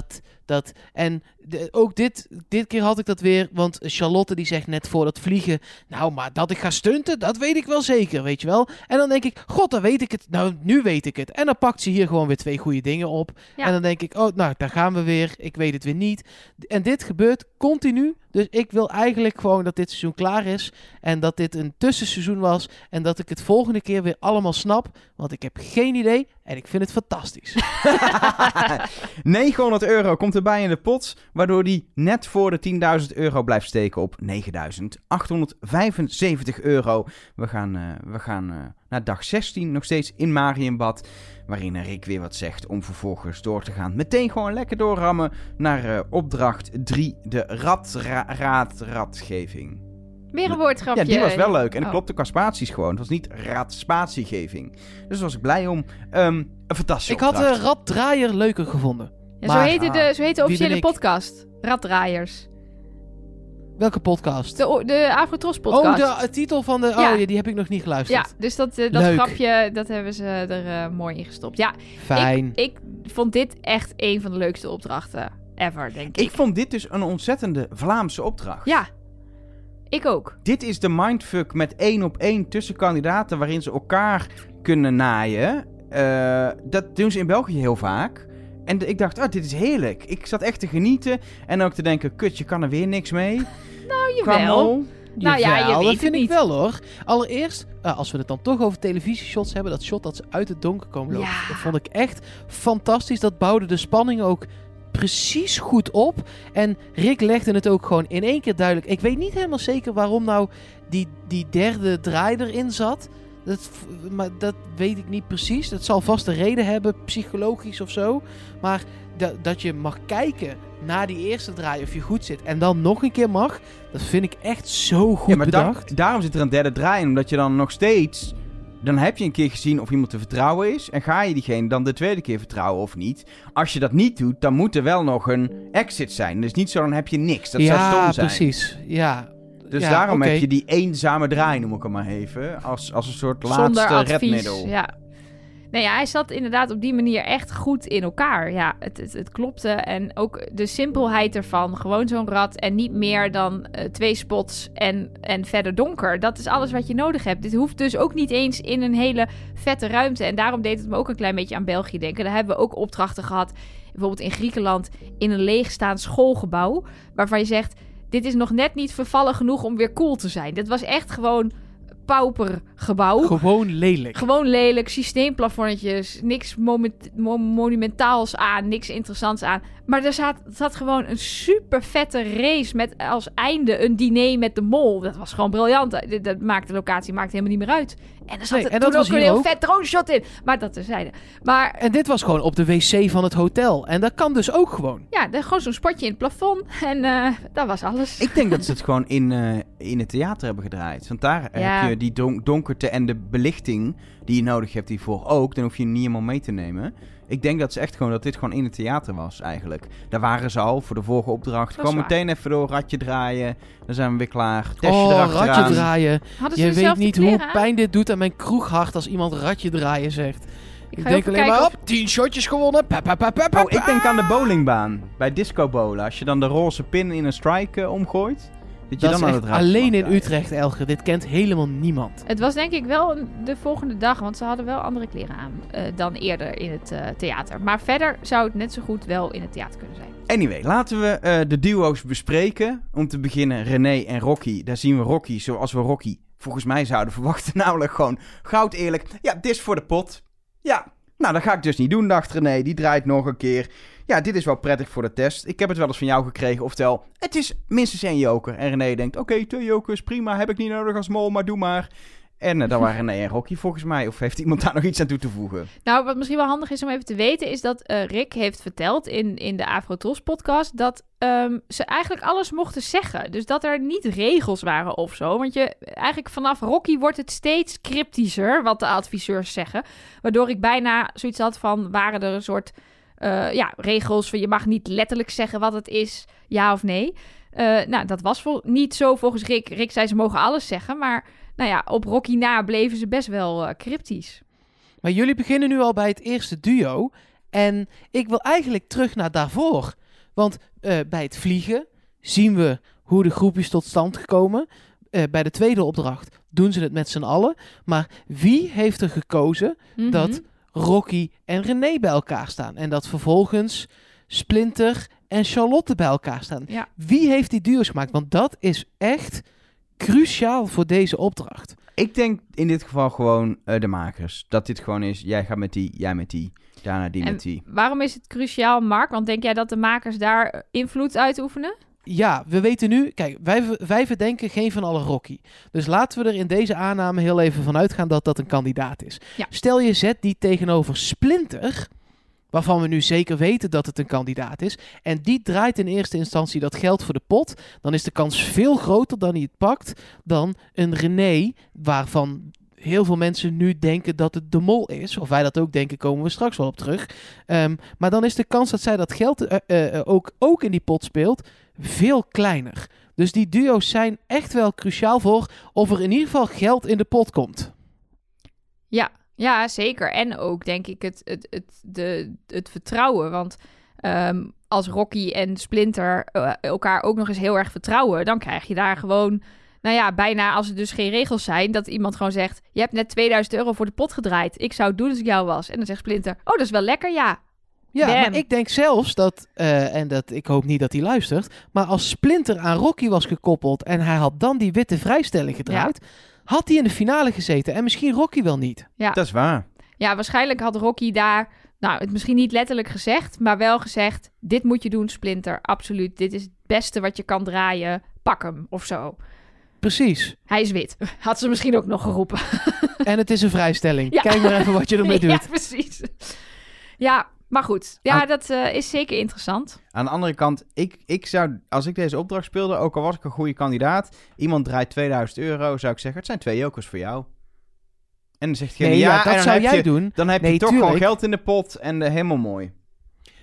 ook dit keer had ik dat weer. Want Charlotte die zegt net voor dat vliegen... Nou, maar dat ik ga stunten, dat weet ik wel zeker, weet je wel. En dan denk ik, god, dan weet ik het. Nou, nu weet ik het. En dan pakt ze hier gewoon weer 2 goede dingen op. Ja. En dan denk ik, oh, nou, daar gaan we weer. Ik weet het weer niet. En dit gebeurt continu. Dus ik wil eigenlijk gewoon dat dit seizoen klaar is. En dat dit een tussenseizoen was. En dat ik het volgende keer weer allemaal snap. Want ik heb geen idee. En ik vind het fantastisch. €900 komt erbij in de pot, waardoor die net voor de €10.000 blijft steken op €9.875. We gaan naar dag 16, nog steeds in Mariënbad, waarin Rick weer wat zegt om vervolgens door te gaan. Meteen gewoon lekker doorrammen naar opdracht 3, de raadgeving. Weer een woordgrapje. Ja, die was wel leuk. En dat Oh. klopte qua spaties gewoon. Het was niet raadspatiegeving. Dus daar was ik blij om. Een fantastische Ik had opdracht. Raddraaier leuker gevonden. Ja, Maar- zo heet de officiële ik? podcast. Raddraaiers. Welke podcast? De Afrotros podcast. Oh, de titel van de... Ja. Oh, ja, die heb ik nog niet geluisterd. Ja, dus dat Leuk. grapje, dat hebben ze er mooi in gestopt. Ja, Fijn. ik vond dit echt een van de leukste opdrachten ever, denk ik. Ik vond dit dus een ontzettende Vlaamse opdracht. Ja, ik ook. Dit is de mindfuck met 1-op-1 tussen kandidaten waarin ze elkaar kunnen naaien. Dat doen ze in België heel vaak. En ik dacht, dit is heerlijk. Ik zat echt te genieten. En ook te denken, kut, je kan er weer niks mee. Nou, Qua jawel. mol. Nou ja, je Jawel, weet dat het vind ik niet. wel hoor. Allereerst, als we het dan toch over televisieshots hebben, dat shot dat ze uit het donker komen lopen. Ja. Dat vond ik echt fantastisch. Dat bouwde de spanning ook precies goed op. En Rick legde het ook gewoon in één keer duidelijk. Ik weet niet helemaal zeker waarom nou die derde draai erin zat. Maar dat weet ik niet precies. Dat zal vast een reden hebben, psychologisch of zo. Maar dat je mag kijken naar die eerste draai of je goed zit en dan nog een keer mag, dat vind ik echt zo goed Ja, maar bedacht. daarom zit er een derde draai in. Omdat je dan nog steeds... Dan heb je een keer gezien of iemand te vertrouwen is. En ga je diegene dan de tweede keer vertrouwen of niet. Als je dat niet doet, dan moet er wel nog een exit zijn. Dus niet zo, dan heb je niks. Dat zou stom zijn. Precies. Ja, Dus ja, daarom oké. heb je die eenzame draai, noem ik hem maar even. Als een soort Zonder laatste advies. redmiddel. Ja. Nee, ja, hij zat inderdaad op die manier echt goed in elkaar. Ja, het klopte. En ook de simpelheid ervan. Gewoon zo'n rat en niet meer dan 2 spots en verder donker. Dat is alles wat je nodig hebt. Dit hoeft dus ook niet eens in een hele vette ruimte. En daarom deed het me ook een klein beetje aan België denken. Daar hebben we ook opdrachten gehad. Bijvoorbeeld in Griekenland in een leegstaand schoolgebouw. Waarvan je zegt, dit is nog net niet vervallen genoeg om weer cool te zijn. Dit was echt gewoon paupergebouw. Gewoon lelijk. Gewoon lelijk, systeemplafonnetjes, niks monumentaals aan, niks interessants aan. Maar er zat gewoon een super vette race met als einde een diner met de mol. Dat was gewoon briljant. De locatie maakt helemaal niet meer uit. En er zat Nee, en toen dat was ook een hier heel ook. vet drone shot in. Maar dat terzijde. Maar En dit was gewoon op de wc van het hotel. En dat kan dus ook gewoon. ja, gewoon zo'n spotje in het plafond. En dat was alles. Ik denk dat ze het gewoon in het theater hebben gedraaid. Want daar Ja. heb je die donkerte en de belichting die je nodig hebt hiervoor ook. Dan hoef je niet helemaal mee te nemen. Ik denk dat ze echt gewoon dat dit gewoon in het theater was eigenlijk. Daar waren ze al voor de volgende opdracht. Dat is Gewoon meteen even door, ratje draaien. Dan zijn we weer klaar. Testje erachteraan. ratje draaien. Hadden ze Je weet dezelfde niet kleren hoe aan? pijn dit doet aan mijn kroeghart als iemand ratje draaien zegt. Ik Ik ga denk even alleen kijken maar of- op, 10 shotjes gewonnen. Pa, pa, pa, pa, pa, Oh, ik pa. denk aan de bowlingbaan. Bij disco bowlen. Als je dan de roze pin in een strike omgooit. Dat je Dat is dan aan echt het ratje alleen mag in draaien. Utrecht, Elger. Dit kent helemaal niemand. Het was denk ik wel de volgende dag, want ze hadden wel andere kleren aan dan eerder in het theater. Maar verder zou het net zo goed wel in het theater kunnen zijn. Anyway, laten we de duo's bespreken. Om te beginnen René en Rocky. Daar zien we Rocky zoals we Rocky volgens mij zouden verwachten. Namelijk gewoon goud eerlijk. Ja, dit is voor de pot. Ja, nou dat ga ik dus niet doen, dacht René. Die draait nog een keer. Ja, dit is wel prettig voor de test. Ik heb het wel eens van jou gekregen. Oftewel, het is minstens 1 joker. En René denkt, oké, 2 jokers, prima. Heb ik niet nodig als mol, maar doe maar. En dan waren René en Rocky volgens mij. Of heeft iemand daar nog iets aan toe te voegen? Nou, wat misschien wel handig is om even te weten, is dat Rick heeft verteld in de Afrotros podcast dat ze eigenlijk alles mochten zeggen. Dus dat er niet regels waren of zo. Want eigenlijk vanaf Rocky wordt het steeds cryptischer, wat de adviseurs zeggen. Waardoor ik bijna zoiets had van, waren er een soort regels van je mag niet letterlijk zeggen wat het is, ja of nee. Nou, dat was niet zo volgens Rick. Rick zei ze mogen alles zeggen, maar nou ja, op Rocky na bleven ze best wel cryptisch. Maar jullie beginnen nu al bij het eerste duo. En ik wil eigenlijk terug naar daarvoor. Want bij het vliegen zien we hoe de groep is tot stand gekomen. Bij de tweede opdracht doen ze het met z'n allen. Maar wie heeft er gekozen Mhm. dat Rocky en René bij elkaar staan? En dat vervolgens Splinter en Charlotte bij elkaar staan. Ja. Wie heeft die duo's gemaakt? Want dat is echt cruciaal voor deze opdracht. Ik denk in dit geval gewoon de makers. Dat dit gewoon is, jij gaat met die, jij met die, daarna die En met die. waarom is het cruciaal, Mark? Want denk jij dat de makers daar invloed uitoefenen? Ja, we weten nu... Kijk, wij verdenken geen van alle Rocky. Dus laten we er in deze aanname heel even van uitgaan dat dat een kandidaat is. Ja. Stel je zet die tegenover Splinter, waarvan we nu zeker weten dat het een kandidaat is, en die draait in eerste instantie dat geld voor de pot, dan is de kans veel groter dat hij het pakt dan een René, waarvan heel veel mensen nu denken dat het de mol is. Of wij dat ook denken, komen we straks wel op terug. Maar dan is de kans dat zij dat geld ook in die pot speelt veel kleiner. Dus die duo's zijn echt wel cruciaal voor of er in ieder geval geld in de pot komt. Ja, zeker. En ook denk ik het vertrouwen. Want als Rocky en Splinter elkaar ook nog eens heel erg vertrouwen, dan krijg je daar gewoon, nou ja, bijna als er dus geen regels zijn, dat iemand gewoon zegt, je hebt net 2000 euro voor de pot gedraaid. Ik zou het doen als ik jou was. En dan zegt Splinter, oh, dat is wel lekker, ja. Ja, Bam. maar ik denk zelfs dat, ik hoop niet dat hij luistert, maar als Splinter aan Rocky was gekoppeld en hij had dan die witte vrijstelling gedraaid, had hij in de finale gezeten en misschien Rocky wel niet. Ja. Dat is waar. Ja, waarschijnlijk had Rocky daar, nou, het misschien niet letterlijk gezegd, maar wel gezegd, dit moet je doen, Splinter, absoluut. Dit is het beste wat je kan draaien, pak hem, of zo. Precies. Hij is wit. Had ze misschien ook nog geroepen. En het is een vrijstelling. Ja. Kijk maar even wat je ermee doet. Ja, precies. Ja, maar goed. Ja, dat is zeker interessant. Aan de andere kant, ik zou, als ik deze opdracht speelde, ook al was ik een goede kandidaat, iemand draait 2000 euro, zou ik zeggen, het zijn 2 jokers voor jou. En dan zegt diegene, Nee, ja, en dat dan zou heb jij je, doen. Dan heb Nee, je toch tuurlijk. gewoon geld in de pot en helemaal mooi.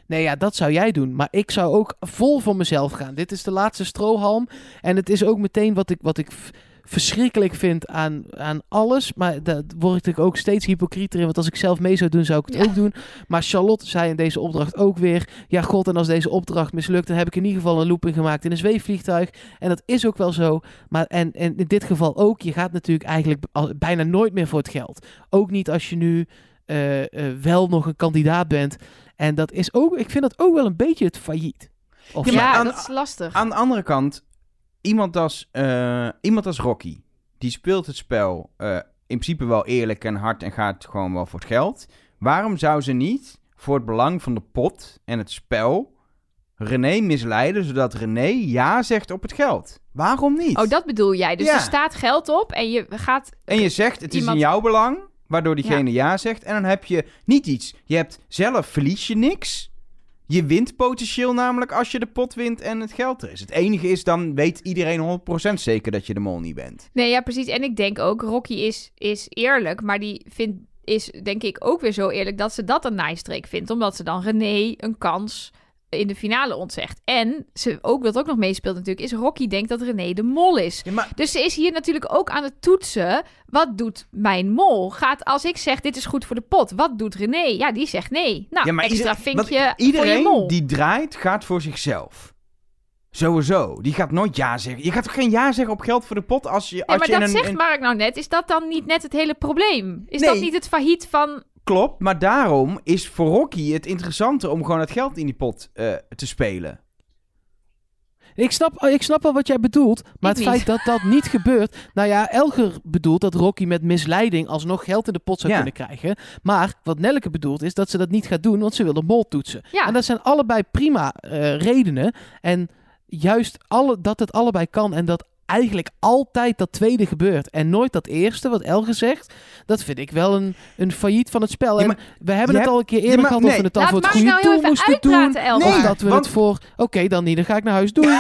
Nee, ja, dat zou jij doen. Maar ik zou ook vol voor mezelf gaan. Dit is de laatste strohalm. En het is ook meteen wat ik verschrikkelijk vind aan alles. Maar daar word ik ook steeds hypocrieter in. Want als ik zelf mee zou doen, zou ik het ook doen. Maar Charlotte zei in deze opdracht ook weer... Ja, god, en als deze opdracht mislukt... dan heb ik in ieder geval een looping gemaakt in een zweefvliegtuig. En dat is ook wel zo. Maar en in dit geval ook... je gaat natuurlijk eigenlijk bijna nooit meer voor het geld. Ook niet als je nu wel nog een kandidaat bent. En dat is ook... ik vind dat ook wel een beetje het failliet. Of dat is lastig. Aan de andere kant... Iemand als Rocky, die speelt het spel in principe wel eerlijk en hard en gaat gewoon wel voor het geld. Waarom zou ze niet voor het belang van de pot en het spel René misleiden, zodat René ja zegt op het geld? Waarom niet? Oh, dat bedoel jij. Dus Ja. er staat geld op en je gaat... En je zegt, het is in jouw belang, waardoor diegene ja zegt. En dan heb je niet iets. Je hebt zelf verlies je niks. Je wint potentieel namelijk als je de pot wint en het geld er is. Het enige is, dan weet iedereen 100% zeker dat je de mol niet bent. Nee, ja, precies. En ik denk ook, Rocky is eerlijk, maar die is denk ik ook weer zo eerlijk dat ze dat een nijstreek vindt. Omdat ze dan René een kans in de finale ontzegt. En wat ook nog meespeelt natuurlijk, is Rocky denkt dat René de mol is. Ja, maar Dus ze is hier natuurlijk ook aan het toetsen. Wat doet mijn mol? Als ik zeg, dit is goed voor de pot. Wat doet René? Ja, die zegt nee. Nou, ja, maar extra vinkje voor je iedereen mol. die draait, gaat voor zichzelf. Sowieso. Die gaat nooit ja zeggen. Je gaat toch geen ja zeggen op geld voor de pot als je... Ja, maar dat zegt Mark nou net. Is dat dan niet net het hele probleem? Is dat niet het failliet van... Klopt, maar daarom is voor Rocky het interessanter om gewoon het geld in die pot te spelen. Ik snap wel wat jij bedoelt, maar Ik het feit niet. dat dat niet gebeurt... Nou ja, Elger bedoelt dat Rocky met misleiding alsnog geld in de pot zou kunnen krijgen. Maar wat Nelleke bedoelt is dat ze dat niet gaat doen, want ze wil de mol toetsen. Ja. En dat zijn allebei prima redenen. En juist dat het allebei kan en dat eigenlijk altijd dat tweede gebeurt en nooit dat eerste, wat Elger zegt, dat vind ik wel een failliet van het spel. Ja, maar en we hebben het al een keer eerder gehad of we het dan Laat voor het Mark goede nou doel heel even moesten doen. uitpraten, Elger. Of dat we het voor... Oké, dan niet. Dan ga ik naar huis. Doei.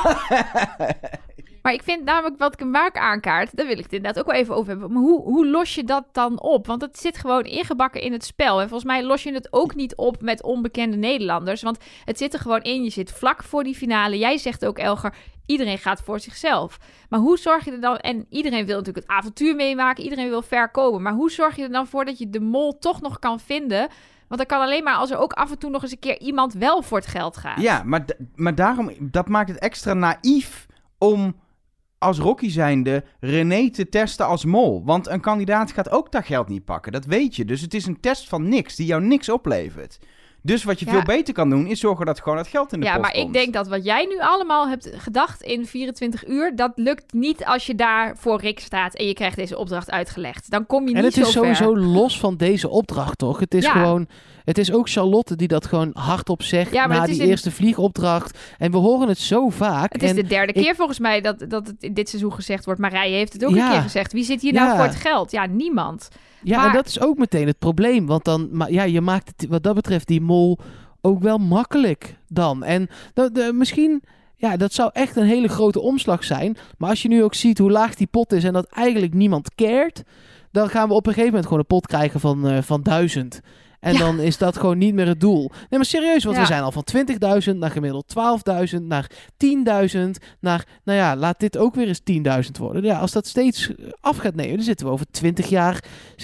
Maar ik vind namelijk wat ik een Mark aankaart, daar wil ik het inderdaad ook wel even over hebben. Maar hoe los je dat dan op? Want het zit gewoon ingebakken in het spel. En volgens mij los je het ook niet op met onbekende Nederlanders. Want het zit er gewoon in. Je zit vlak voor die finale. Jij zegt ook, Elger, iedereen gaat voor zichzelf. Maar hoe zorg je er dan... En iedereen wil natuurlijk het avontuur meemaken. Iedereen wil ver komen. Maar hoe zorg je er dan voor dat je de mol toch nog kan vinden? Want dat kan alleen maar als er ook af en toe nog eens een keer iemand wel voor het geld gaat. Ja, maar daarom, dat maakt het extra naïef om als Rocky zijnde René te testen als mol. Want een kandidaat gaat ook dat geld niet pakken, dat weet je. Dus het is een test van niks, die jou niks oplevert. Dus wat je veel beter kan doen, is zorgen dat gewoon het geld in de pot komt. Ja, maar ik denk dat wat jij nu allemaal hebt gedacht in 24 uur... dat lukt niet als je daar voor Rick staat en je krijgt deze opdracht uitgelegd. Dan kom je niet zo ver. En het is sowieso los van deze opdracht, toch? Het is gewoon... Het is ook Charlotte die dat gewoon hardop zegt na die eerste vliegopdracht. En we horen het zo vaak. Het is de derde keer volgens mij dat het in dit seizoen gezegd wordt. Marije heeft het ook een keer gezegd. Wie zit hier nou voor het geld? Ja, niemand. Ja, maar... en dat is ook meteen het probleem. Want dan, je maakt het wat dat betreft die mol ook wel makkelijk dan. En misschien... Ja, dat zou echt een hele grote omslag zijn. Maar als je nu ook ziet hoe laag die pot is en dat eigenlijk niemand cared... dan gaan we op een gegeven moment gewoon een pot krijgen van 1000... En dan is dat gewoon niet meer het doel. Nee, maar serieus, want we zijn al van 20.000 naar gemiddeld 12.000, naar 10.000, naar... Nou ja, laat dit ook weer eens 10.000 worden. Ja, als dat steeds af gaat nemen, dan zitten we over 20 jaar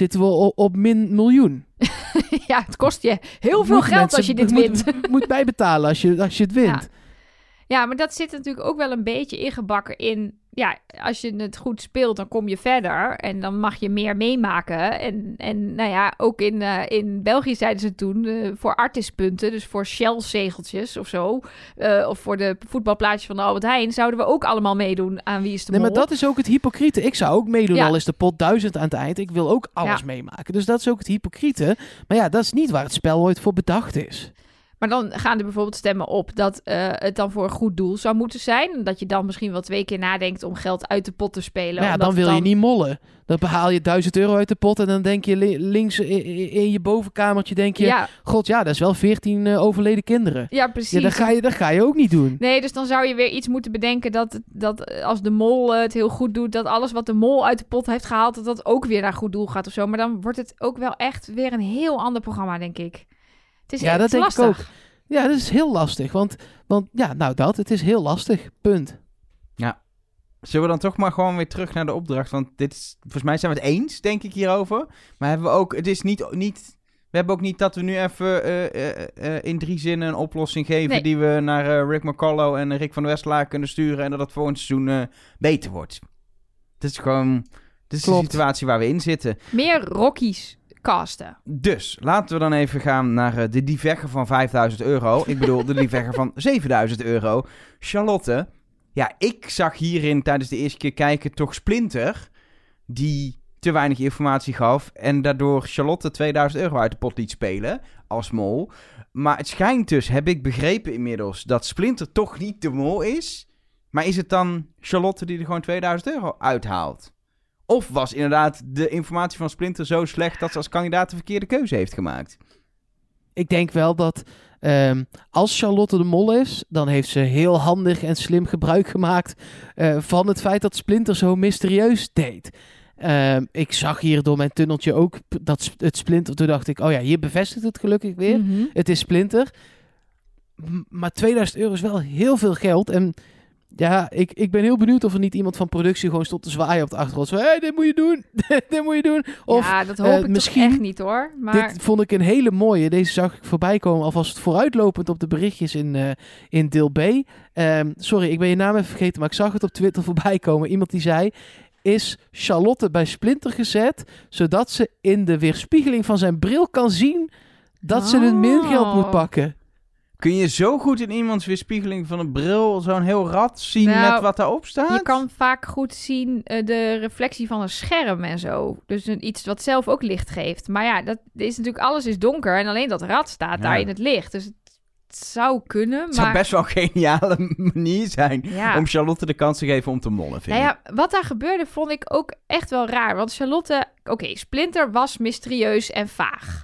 op min miljoen. Ja, het kost je heel veel geld als je dit wint. Moet bijbetalen als je het wint. Ja, maar dat zit natuurlijk ook wel een beetje ingebakken in... Ja, als je het goed speelt, dan kom je verder. En dan mag je meer meemaken. En nou ja, ook in België zeiden ze toen... voor artispunten, dus voor Shell-zegeltjes of zo... of voor de voetbalplaatjes van de Albert Heijn... zouden we ook allemaal meedoen aan Wie is de Mol. Nee, maar dat is ook het hypocriete. Ik zou ook meedoen, al is de pot 1000 aan het eind. Ik wil ook alles meemaken. Dus dat is ook het hypocriete. Maar ja, dat is niet waar het spel ooit voor bedacht is. Maar dan gaan er bijvoorbeeld stemmen op dat het dan voor een goed doel zou moeten zijn. Dat je dan misschien wel 2 keer nadenkt om geld uit de pot te spelen. Nou ja, dan wil je niet mollen. Dan behaal je €1000 uit de pot en dan denk je links in je bovenkamertje denk je... Ja. God, ja, dat is wel 14 overleden kinderen. Ja, precies. Ja, dat ga je ook niet doen. Nee, dus dan zou je weer iets moeten bedenken dat als de mol het heel goed doet... dat alles wat de mol uit de pot heeft gehaald, dat ook weer naar goed doel gaat of zo. Maar dan wordt het ook wel echt weer een heel ander programma, denk ik. Het is echt denk lastig. ik ook. Ja, dat is heel lastig. Want ja, nou het is heel lastig. Punt. Zullen we dan toch maar gewoon weer terug naar de opdracht? Want volgens mij zijn we het eens, denk ik, hierover. Maar hebben we ook, het is niet we hebben ook niet dat we nu even in 3 zinnen een oplossing geven die we naar Rick McCullough en Rick van der Westlaar kunnen sturen en dat het volgend seizoen beter wordt. Het is gewoon, de situatie waar we in zitten. Meer Rockies casten. Dus, laten we dan even gaan naar de dievegger van €5.000. Ik bedoel, de dievegger van €7.000. Charlotte. Ja, ik zag hierin tijdens de eerste keer kijken toch Splinter, die te weinig informatie gaf en daardoor Charlotte €2.000 uit de pot liet spelen als mol. Maar het schijnt dus, heb ik begrepen inmiddels, dat Splinter toch niet de mol is. Maar is het dan Charlotte die er gewoon €2.000 uithaalt? Of was inderdaad de informatie van Splinter zo slecht dat ze als kandidaat de verkeerde keuze heeft gemaakt? Ik denk wel dat als Charlotte de mol is, dan heeft ze heel handig en slim gebruik gemaakt van het feit dat Splinter zo mysterieus deed. Ik zag hier door mijn tunneltje ook dat het Splinter, toen dacht ik, oh ja, hier bevestigt het gelukkig weer. Mhm. Het is Splinter. Maar €2.000 is wel heel veel geld. En ja, ik ben heel benieuwd of er niet iemand van productie gewoon stond te zwaaien op de achtergrond. Zo, hey, dit moet je doen, dit moet je doen. Of, ja, dat hoop ik misschien, toch echt niet hoor. Maar dit vond ik een hele mooie. Deze zag ik voorbij komen, alvast vooruitlopend op de berichtjes in deel B. Sorry, ik ben je naam even vergeten, maar ik zag het op Twitter voorbij komen. Iemand die zei, is Charlotte bij Splinter gezet, zodat ze in de weerspiegeling van zijn bril kan zien dat ze een mingeld moet pakken. Kun je zo goed in iemands weerspiegeling van een bril zo'n heel rad zien met wat daarop staat? Je kan vaak goed zien de reflectie van een scherm en zo. Dus iets wat zelf ook licht geeft. Maar ja, dat is natuurlijk, alles is donker en alleen dat rad staat daar in het licht. Dus het zou kunnen, maar... Het zou best wel een geniale manier zijn om Charlotte de kans te geven om te mollen, vind ik. Nou ja, wat daar gebeurde vond ik ook echt wel raar. Want Charlotte... Oké, Splinter was mysterieus en vaag.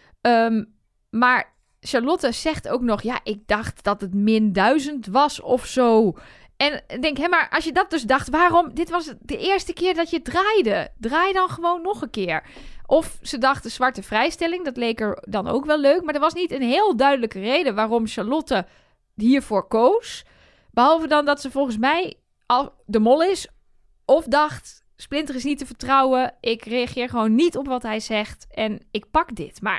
Maar Charlotte zegt ook nog... Ja, ik dacht dat het -1000 was of zo. En ik denk, hé, maar als je dat dus dacht... Waarom? Dit was de eerste keer dat je draaide. Draai dan gewoon nog een keer. Of ze dachten zwarte vrijstelling. Dat leek er dan ook wel leuk. Maar er was niet een heel duidelijke reden... waarom Charlotte hiervoor koos. Behalve dan dat ze volgens mij al de mol is. Of dacht, Splinter is niet te vertrouwen. Ik reageer gewoon niet op wat hij zegt. En ik pak dit. Maar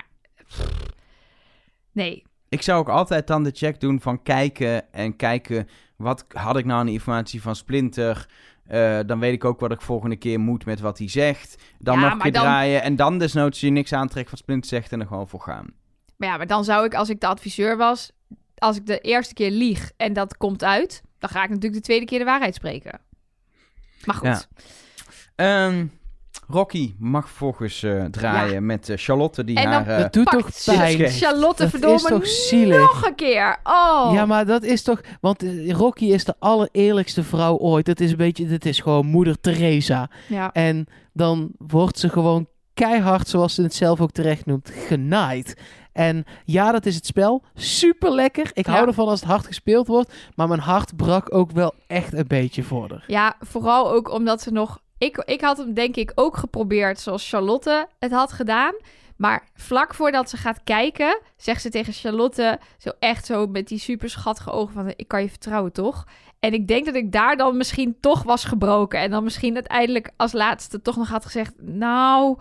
nee. Ik zou ook altijd dan de check doen van kijken... wat had ik nou aan de informatie van Splinter... dan weet ik ook wat ik volgende keer moet met wat hij zegt. Dan nog een keer draaien. En dan desnoods je niks aantrekken wat Splinter zegt en er gewoon voor gaan. Maar dan zou ik, als ik de adviseur was... Als ik de eerste keer lieg en dat komt uit... dan ga ik natuurlijk de tweede keer de waarheid spreken. Maar goed. Ja. Rocky mag vervolgens draaien met Charlotte die en haar... dat doet toch pijn. Charlotte verdomme toch zielig. nog een keer. Oh. Ja, maar dat is toch... Want Rocky is de allereerlijkste vrouw ooit. Dit is gewoon moeder Teresa. Ja. En dan wordt ze gewoon keihard, zoals ze het zelf ook terecht noemt, genaaid. En ja, dat is het spel. Super lekker. Ik hou ervan als het hard gespeeld wordt. Maar mijn hart brak ook wel echt een beetje voor haar. Ja, vooral ook omdat ze nog... Ik had hem denk ik ook geprobeerd zoals Charlotte het had gedaan. Maar vlak voordat ze gaat kijken, zegt ze tegen Charlotte... zo met die super schattige ogen van... ik kan je vertrouwen, toch? En ik denk dat ik daar dan misschien toch was gebroken. En dan misschien uiteindelijk als laatste toch nog had gezegd... Nou...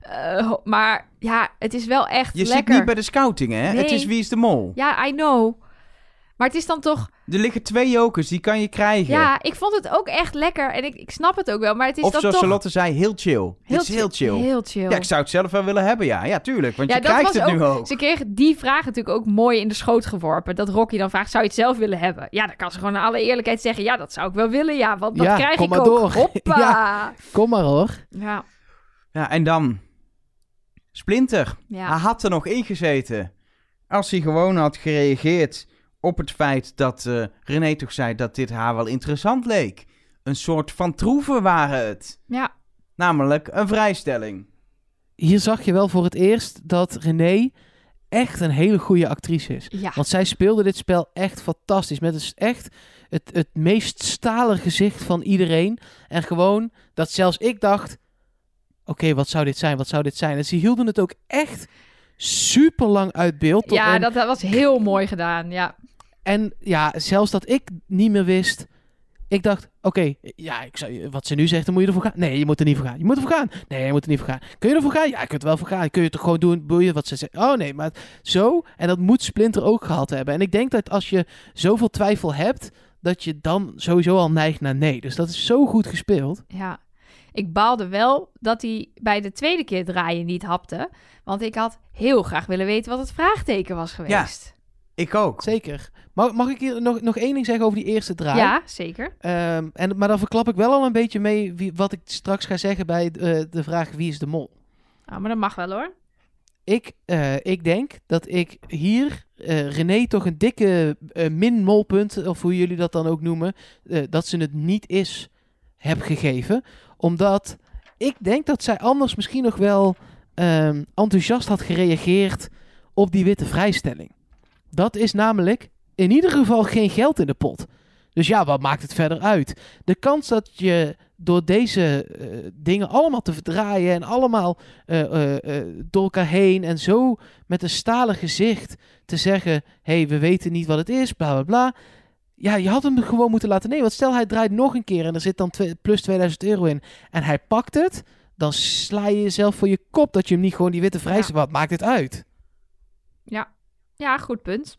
maar ja, het is wel echt lekker. Je zit niet bij de scouting, hè? Nee. Het is Wie is de Mol. Ja, I know. Maar het is dan toch... Er liggen 2 jokers, die kan je krijgen. Ja, ik vond het ook echt lekker. En ik snap het ook wel, maar het is of dan zoals toch... Charlotte zei, heel chill. Het is heel chill. Heel chill. Ja, ik zou het zelf wel willen hebben, ja, tuurlijk. Want Ja, je dat krijgt was het nu ook. Ze kregen die vraag natuurlijk ook mooi in de schoot geworpen. Dat Rocky dan vraagt, zou je het zelf willen hebben? Ja, dan kan ze gewoon in alle eerlijkheid zeggen... Ja, dat zou ik wel willen, ja. Want dat krijg kom ik maar ook. door. Hoppa. Ja, kom maar hoor. Ja. Ja, en dan... Splinter. Ja. Hij had er nog ingezeten. Als hij gewoon had gereageerd op het feit dat René toch zei dat dit haar wel interessant leek. Een soort van troeven waren het. Ja. Namelijk een vrijstelling. Hier zag je wel voor het eerst dat René echt een hele goede actrice is. Ja. Want zij speelde dit spel echt fantastisch. Met echt het meest stalen gezicht van iedereen. En gewoon dat zelfs ik dacht... Oké, wat zou dit zijn? Wat zou dit zijn? En ze hielden het ook echt super lang uit beeld. Ja, dat was heel mooi gedaan, ja. En ja, zelfs dat ik niet meer wist. Ik dacht, oké, wat ze nu zegt, dan moet je ervoor gaan. Nee, je moet er niet voor gaan. Je moet ervoor gaan. Nee, je moet er niet voor gaan. Kun je ervoor gaan? Ja, je kunt er wel voor gaan. Kun je het toch gewoon doen, boeien wat ze zegt. Oh nee, maar zo. En dat moet Splinter ook gehad hebben. En ik denk dat als je zoveel twijfel hebt, dat je dan sowieso al neigt naar nee. Dus dat is zo goed gespeeld. Ja, ik baalde wel dat hij bij de tweede keer draaien niet hapte. Want ik had heel graag willen weten wat het vraagteken was geweest. Ja, ik ook. Zeker. Mag ik hier nog één ding zeggen over die eerste draai? Ja, zeker. Maar dan verklap ik wel al een beetje mee wat ik straks ga zeggen bij de vraag wie is de mol. Nou, maar dat mag wel hoor. Ik denk dat ik hier René toch een dikke min-molpunt, of hoe jullie dat dan ook noemen, dat ze het niet is, heb gegeven. Omdat ik denk dat zij anders misschien nog wel enthousiast had gereageerd op die witte vrijstelling. Dat is namelijk in ieder geval geen geld in de pot. Dus ja, wat maakt het verder uit? De kans dat je door deze dingen allemaal te verdraaien en allemaal door elkaar heen en zo met een stalen gezicht te zeggen, hey, we weten niet wat het is, bla bla bla. Ja, je had hem gewoon moeten laten nemen. Want stel hij draait nog een keer en er zit dan plus 2000 euro in en hij pakt het, dan sla je jezelf voor je kop dat je hem niet gewoon die witte vrijstelling. Wat maakt het uit? Ja, goed punt.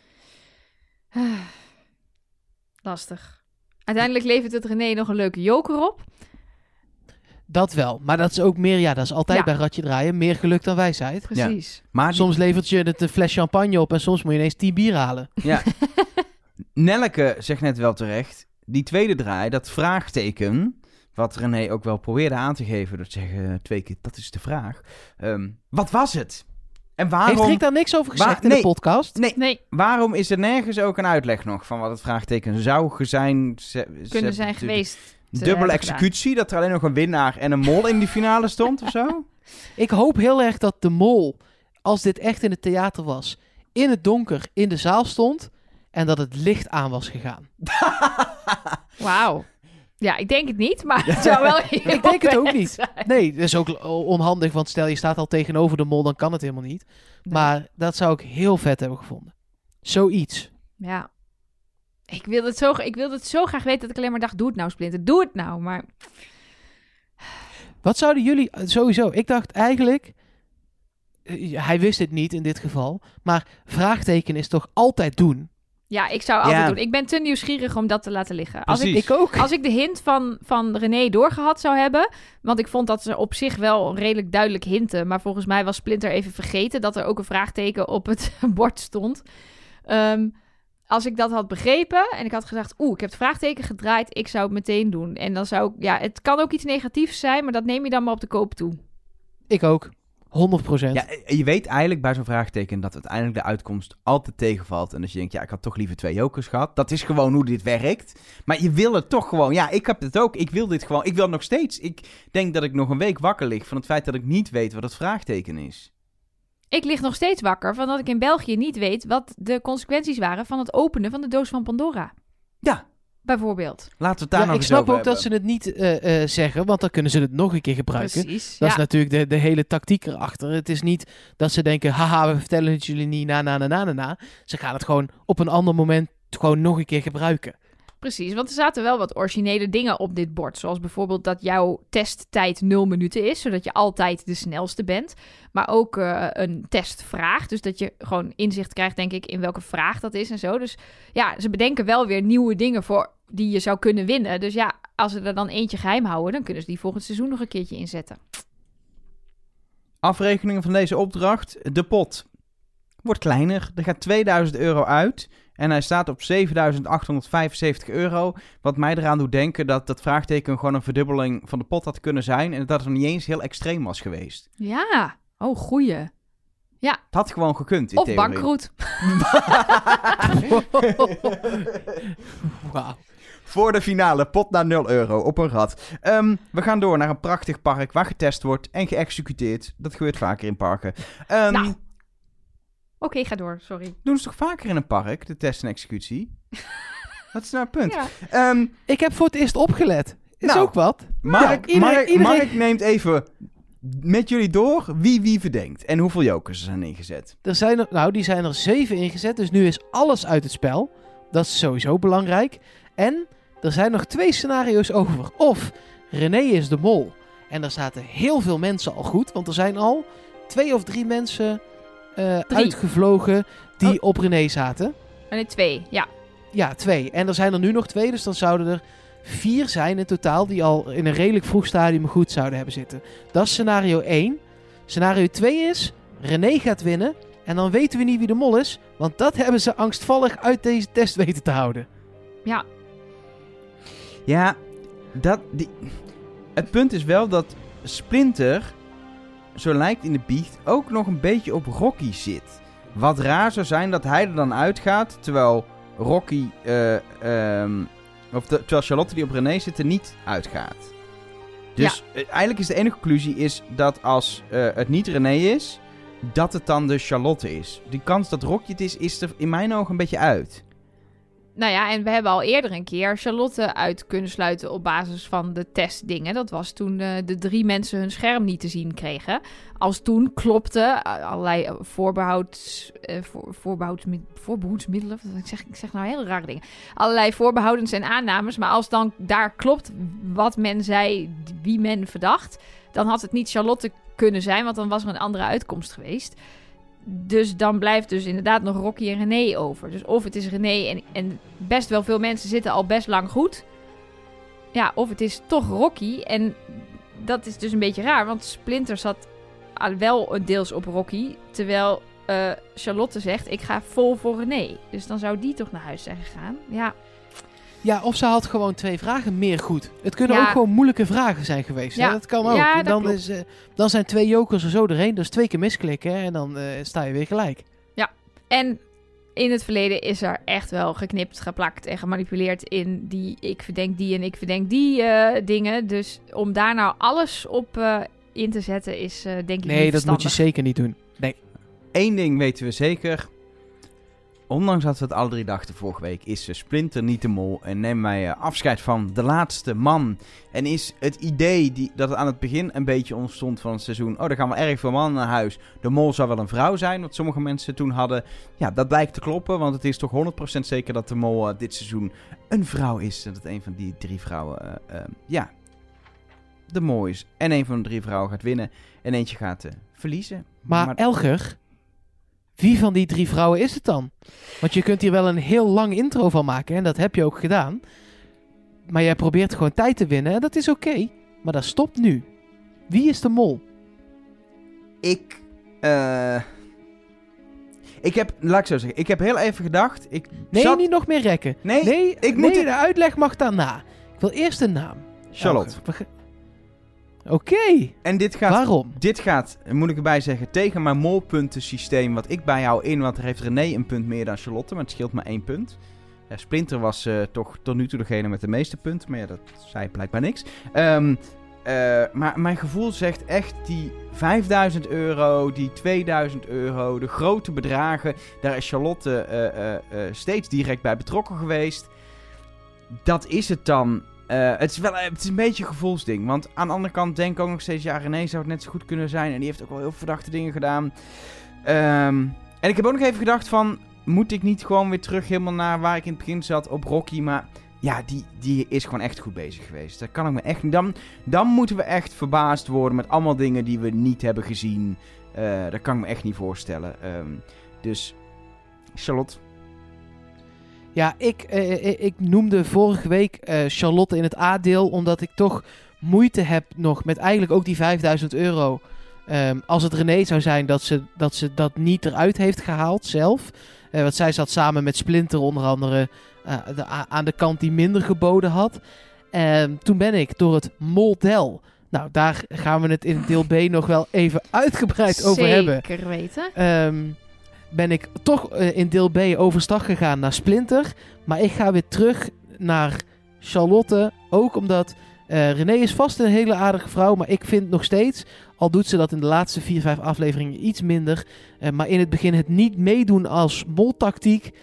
Lastig. Uiteindelijk levert het René nog een leuke joker op. Dat wel, maar dat is ook meer, dat is altijd bij Radje Draaien, meer geluk dan wijsheid. Precies. Ja. Maar soms levert je het een fles champagne op en soms moet je ineens 10 bier halen. Ja. Nelleke zegt net wel terecht, die tweede draai, dat vraagteken, wat René ook wel probeerde aan te geven door te zeggen 2 keer, dat is de vraag. Wat was het? En waarom... Heeft Rick daar niks over gezegd in de podcast? Nee. Waarom is er nergens ook een uitleg nog van wat het vraagteken zou zijn? Kunnen zijn geweest. Dubbele executie, dat er alleen nog een winnaar en een mol in die finale stond of zo? Ik hoop heel erg dat de mol, als dit echt in het theater was, in het donker in de zaal stond en dat het licht aan was gegaan. Wauw. Ja, ik denk het niet, maar het zou wel heel Ik denk het ook vet niet. zijn. Nee, dat is ook onhandig, want stel je staat al tegenover de mol, dan kan het helemaal niet. Nee. Maar dat zou ik heel vet hebben gevonden. Zoiets. Ja. Ik wilde het zo graag weten dat ik alleen maar dacht, doe het nou Splinter, doe het nou. Maar Wat zouden jullie sowieso... Ik dacht eigenlijk... hij wist het niet in dit geval. Maar vraagteken is toch altijd doen? ja, ik zou altijd doen. Ik ben te nieuwsgierig om dat te laten liggen. Precies. Ik ook. Als ik de hint van René doorgehad zou hebben, want ik vond dat ze op zich wel redelijk duidelijk hinten, maar volgens mij was Splinter even vergeten dat er ook een vraagteken op het bord stond. Als ik dat had begrepen en ik had gezegd, ik heb het vraagteken gedraaid, ik zou het meteen doen. En dan zou ik, het kan ook iets negatiefs zijn, maar dat neem je dan maar op de koop toe. Ik ook. 100%. Ja, je weet eigenlijk bij zo'n vraagteken dat uiteindelijk de uitkomst altijd tegenvalt. En als je denkt, ik had toch liever 2 jokers gehad. Dat is gewoon hoe dit werkt. Maar je wil het toch gewoon. Ja, ik heb het ook. Ik wil dit gewoon. Ik wil het nog steeds. Ik denk dat ik nog een week wakker lig van het feit dat ik niet weet wat het vraagteken is. Ik lig nog steeds wakker van dat ik in België niet weet wat de consequenties waren van het openen van de doos van Pandora. Ja. Bijvoorbeeld. Laten we het daar nog ik eens snap over ook dat ze het niet zeggen, want dan kunnen ze het nog een keer gebruiken. Precies. Dat is natuurlijk de hele tactiek erachter. Het is niet dat ze denken, haha, we vertellen het jullie niet na. Ze gaan het gewoon op een ander moment gewoon nog een keer gebruiken. Precies, want er zaten wel wat originele dingen op dit bord. Zoals bijvoorbeeld dat jouw testtijd 0 minuten is, zodat je altijd de snelste bent. Maar ook een testvraag, dus dat je gewoon inzicht krijgt, denk ik, in welke vraag dat is en zo. Dus ja, ze bedenken wel weer nieuwe dingen voor die je zou kunnen winnen. Dus ja, als ze er dan eentje geheim houden, dan kunnen ze die volgend seizoen nog een keertje inzetten. Afrekeningen van deze opdracht. De pot wordt kleiner. Er gaat €2000 uit. En hij staat op €7.875. Wat mij eraan doet denken dat dat vraagteken gewoon een verdubbeling van de pot had kunnen zijn. En dat het niet eens heel extreem was geweest. Ja, goeie. Het had gewoon gekund in Of theorie. bankroet. Wauw. Voor de finale, pot naar €0 op een rad. We gaan door naar een prachtig park waar getest wordt en geëxecuteerd. Dat gebeurt vaker in parken. Oké, ga door, sorry. Doen ze toch vaker in een park, de test en executie? Wat is nou het punt? Ik heb voor het eerst opgelet. Is Nou, ook wat. Mark iedereen- Mark neemt even met jullie door wie verdenkt. En hoeveel jokers er zijn ingezet. Die zijn er 7 ingezet. Dus nu is alles uit het spel. Dat is sowieso belangrijk. En er zijn nog 2 scenario's over. Of René is de mol. En daar zaten heel veel mensen al goed. Want er zijn al 2 of 3 mensen uitgevlogen die op René zaten. Nee, 2, ja. Ja, 2. En er zijn er nu nog 2. Dus dan zouden er 4 zijn in totaal die al in een redelijk vroeg stadium goed zouden hebben zitten. Dat is scenario 1. Scenario 2 is, René gaat winnen. En dan weten we niet wie de mol is. Want dat hebben ze angstvallig uit deze test weten te houden. Ja. Ja, het punt is wel dat Splinter, zo lijkt in de biecht, ook nog een beetje op Rocky zit. Wat raar zou zijn dat hij er dan uitgaat, terwijl Rocky, terwijl Charlotte die op René zit er niet uitgaat. Dus eigenlijk is de enige conclusie is dat als het niet René is, dat het dan de Charlotte is. Die kans dat Rocky het is er in mijn ogen een beetje uit. Nou ja, en we hebben al eerder een keer Charlotte uit kunnen sluiten op basis van de testdingen. Dat was toen de 3 mensen hun scherm niet te zien kregen. Als toen klopte allerlei voorbehoedsmiddelen. Ik zeg nou hele rare dingen. Allerlei voorbehoudens en aannames. Maar als dan daar klopt wat men zei, wie men verdacht, dan had het niet Charlotte kunnen zijn, want dan was er een andere uitkomst geweest. Dus dan blijft dus inderdaad nog Rocky en René over. Dus of het is René en best wel veel mensen zitten al best lang goed. Ja, of het is toch Rocky. En dat is dus een beetje raar, want Splinter zat wel deels op Rocky. Terwijl Charlotte zegt, ik ga vol voor René. Dus dan zou die toch naar huis zijn gegaan. Ja. Ja, of ze had gewoon 2 vragen meer goed. Het kunnen ook gewoon moeilijke vragen zijn geweest. Ja. Hè? Dat kan ook. Ja, dan zijn 2 jokers er zo doorheen. Dus 2 keer misklikken en dan sta je weer gelijk. Ja, en in het verleden is er echt wel geknipt, geplakt en gemanipuleerd in die ik verdenk die en ik verdenk die dingen. Dus om daar nou alles op in te zetten is denk ik niet verstandig. Nee, dat moet je zeker niet doen. Nee. 1 ding weten we zeker. Ondanks dat we het alle 3 dachten vorige week, is Splinter niet de mol. En nemen wij afscheid van de laatste man. En is het idee dat aan het begin een beetje ontstond van het seizoen. Oh, er gaan wel erg veel mannen naar huis. De mol zou wel een vrouw zijn, wat sommige mensen toen hadden. Ja, dat blijkt te kloppen, want het is toch 100% zeker dat de mol dit seizoen een vrouw is. En dat een van die 3 vrouwen, de mol is. En een van de 3 vrouwen gaat winnen. En eentje gaat verliezen. Maar Elger, wie van die 3 vrouwen is het dan? Want je kunt hier wel een heel lang intro van maken. En dat heb je ook gedaan. Maar jij probeert gewoon tijd te winnen. En dat is oké. Maar dat stopt nu. Wie is de mol? Laat ik zo zeggen. Ik heb heel even gedacht. Niet nog meer rekken. Nee, de uitleg mag daarna. Ik wil eerst een naam. Charlotte. Oké. En waarom? Dit gaat, moet ik erbij zeggen, tegen mijn molpuntensysteem wat ik bijhoud in. Want er heeft René een punt meer dan Charlotte, maar het scheelt maar 1 punt. Splinter was toch tot nu toe degene met de meeste punten, maar ja, dat zei blijkbaar niks. Maar mijn gevoel zegt echt die €5.000, die €2.000, de grote bedragen. Daar is Charlotte steeds direct bij betrokken geweest. Dat is het dan. Het is een beetje een gevoelsding. Want aan de andere kant denk ik ook nog steeds, ja, René zou het net zo goed kunnen zijn. En die heeft ook wel heel verdachte dingen gedaan. En ik heb ook nog even gedacht van, moet ik niet gewoon weer terug helemaal naar waar ik in het begin zat op Rocky? Maar ja, die is gewoon echt goed bezig geweest. Dat kan ik me echt niet. Dan moeten we echt verbaasd worden met allemaal dingen die we niet hebben gezien. Dat kan ik me echt niet voorstellen. Dus, Charlotte. Ja, ik noemde vorige week Charlotte in het A-deel, omdat ik toch moeite heb nog met eigenlijk ook die €5.000. Als het René zou zijn dat ze dat niet eruit heeft gehaald zelf. Want zij zat samen met Splinter onder andere aan de kant die minder geboden had. Toen ben ik door het model. Nou, daar gaan we het in deel B nog wel even uitgebreid over hebben. Zeker weten. Ben ik toch in deel B overstag gegaan naar Splinter. Maar ik ga weer terug naar Charlotte. Ook omdat René is vast een hele aardige vrouw. Maar ik vind nog steeds, al doet ze dat in de laatste 4-5 afleveringen iets minder. Maar in het begin het niet meedoen als moltactiek.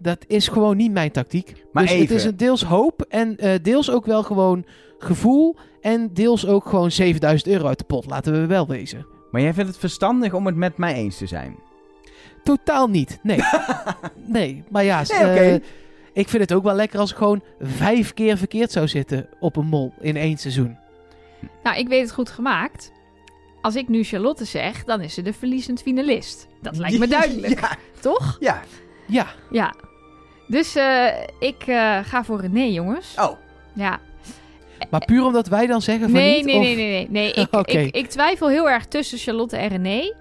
dat is gewoon niet mijn tactiek. Maar dus even. het is een deels hoop en deels ook wel gewoon gevoel. En deels ook gewoon €7.000 uit de pot, laten we wel wezen. Maar jij vindt het verstandig om het met mij eens te zijn? Totaal niet, nee. Nee, maar ja, Nee, oké. ik vind het ook wel lekker als ik gewoon 5 keer verkeerd zou zitten op een mol in 1 seizoen. Nou, ik weet het goed gemaakt. Als ik nu Charlotte zeg, dan is ze de verliezend finalist. Dat lijkt me duidelijk, Ja, toch? ja. Ja, Ja. Dus ik ga voor René, jongens. Oh, Ja. maar puur omdat wij dan zeggen van niet? of- Nee. Oké. Ik twijfel heel erg tussen Charlotte en René.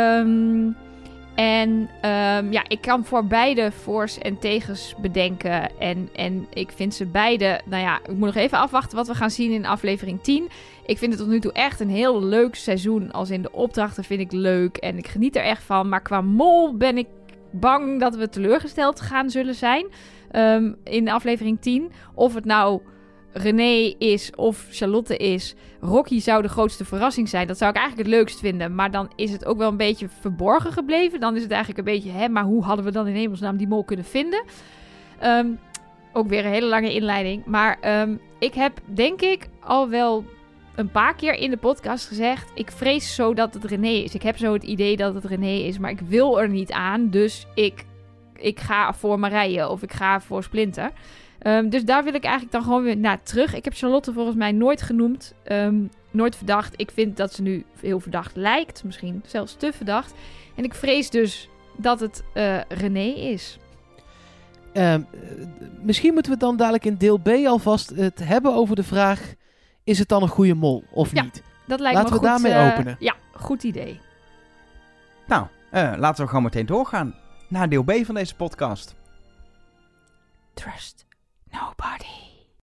Ik kan voor beide voor's en tegens bedenken. En ik vind ze beide... Nou ja, ik moet nog even afwachten wat we gaan zien in aflevering 10. Ik vind het tot nu toe echt een heel leuk seizoen. Als in de opdrachten vind ik leuk. En ik geniet er echt van. Maar qua mol ben ik bang dat we teleurgesteld zullen zijn. In aflevering 10. Of het nou René is of Charlotte is. Rocky zou de grootste verrassing zijn. Dat zou ik eigenlijk het leukst vinden. Maar dan is het ook wel een beetje verborgen gebleven. Dan is het eigenlijk een beetje... maar hoe hadden we dan in hemelsnaam die mol kunnen vinden? Ook weer een hele lange inleiding. Maar ik heb denk ik al wel een paar keer in de podcast gezegd... ik vrees zo dat het René is. Ik heb zo het idee dat het René is. Maar ik wil er niet aan. Dus ik ga voor Marije of ik ga voor Splinter. Dus daar wil ik eigenlijk dan gewoon weer naar terug. Ik heb Charlotte volgens mij nooit genoemd. Nooit verdacht. Ik vind dat ze nu heel verdacht lijkt. Misschien zelfs te verdacht. En ik vrees dus dat het René is. Misschien moeten we dan dadelijk in deel B alvast het hebben over de vraag... is het dan een goede mol of Ja. niet? Dat lijkt Laten me we goed. daarmee openen. Ja, goed idee. nou, laten we gewoon meteen doorgaan naar deel B van deze podcast. Trust nobody.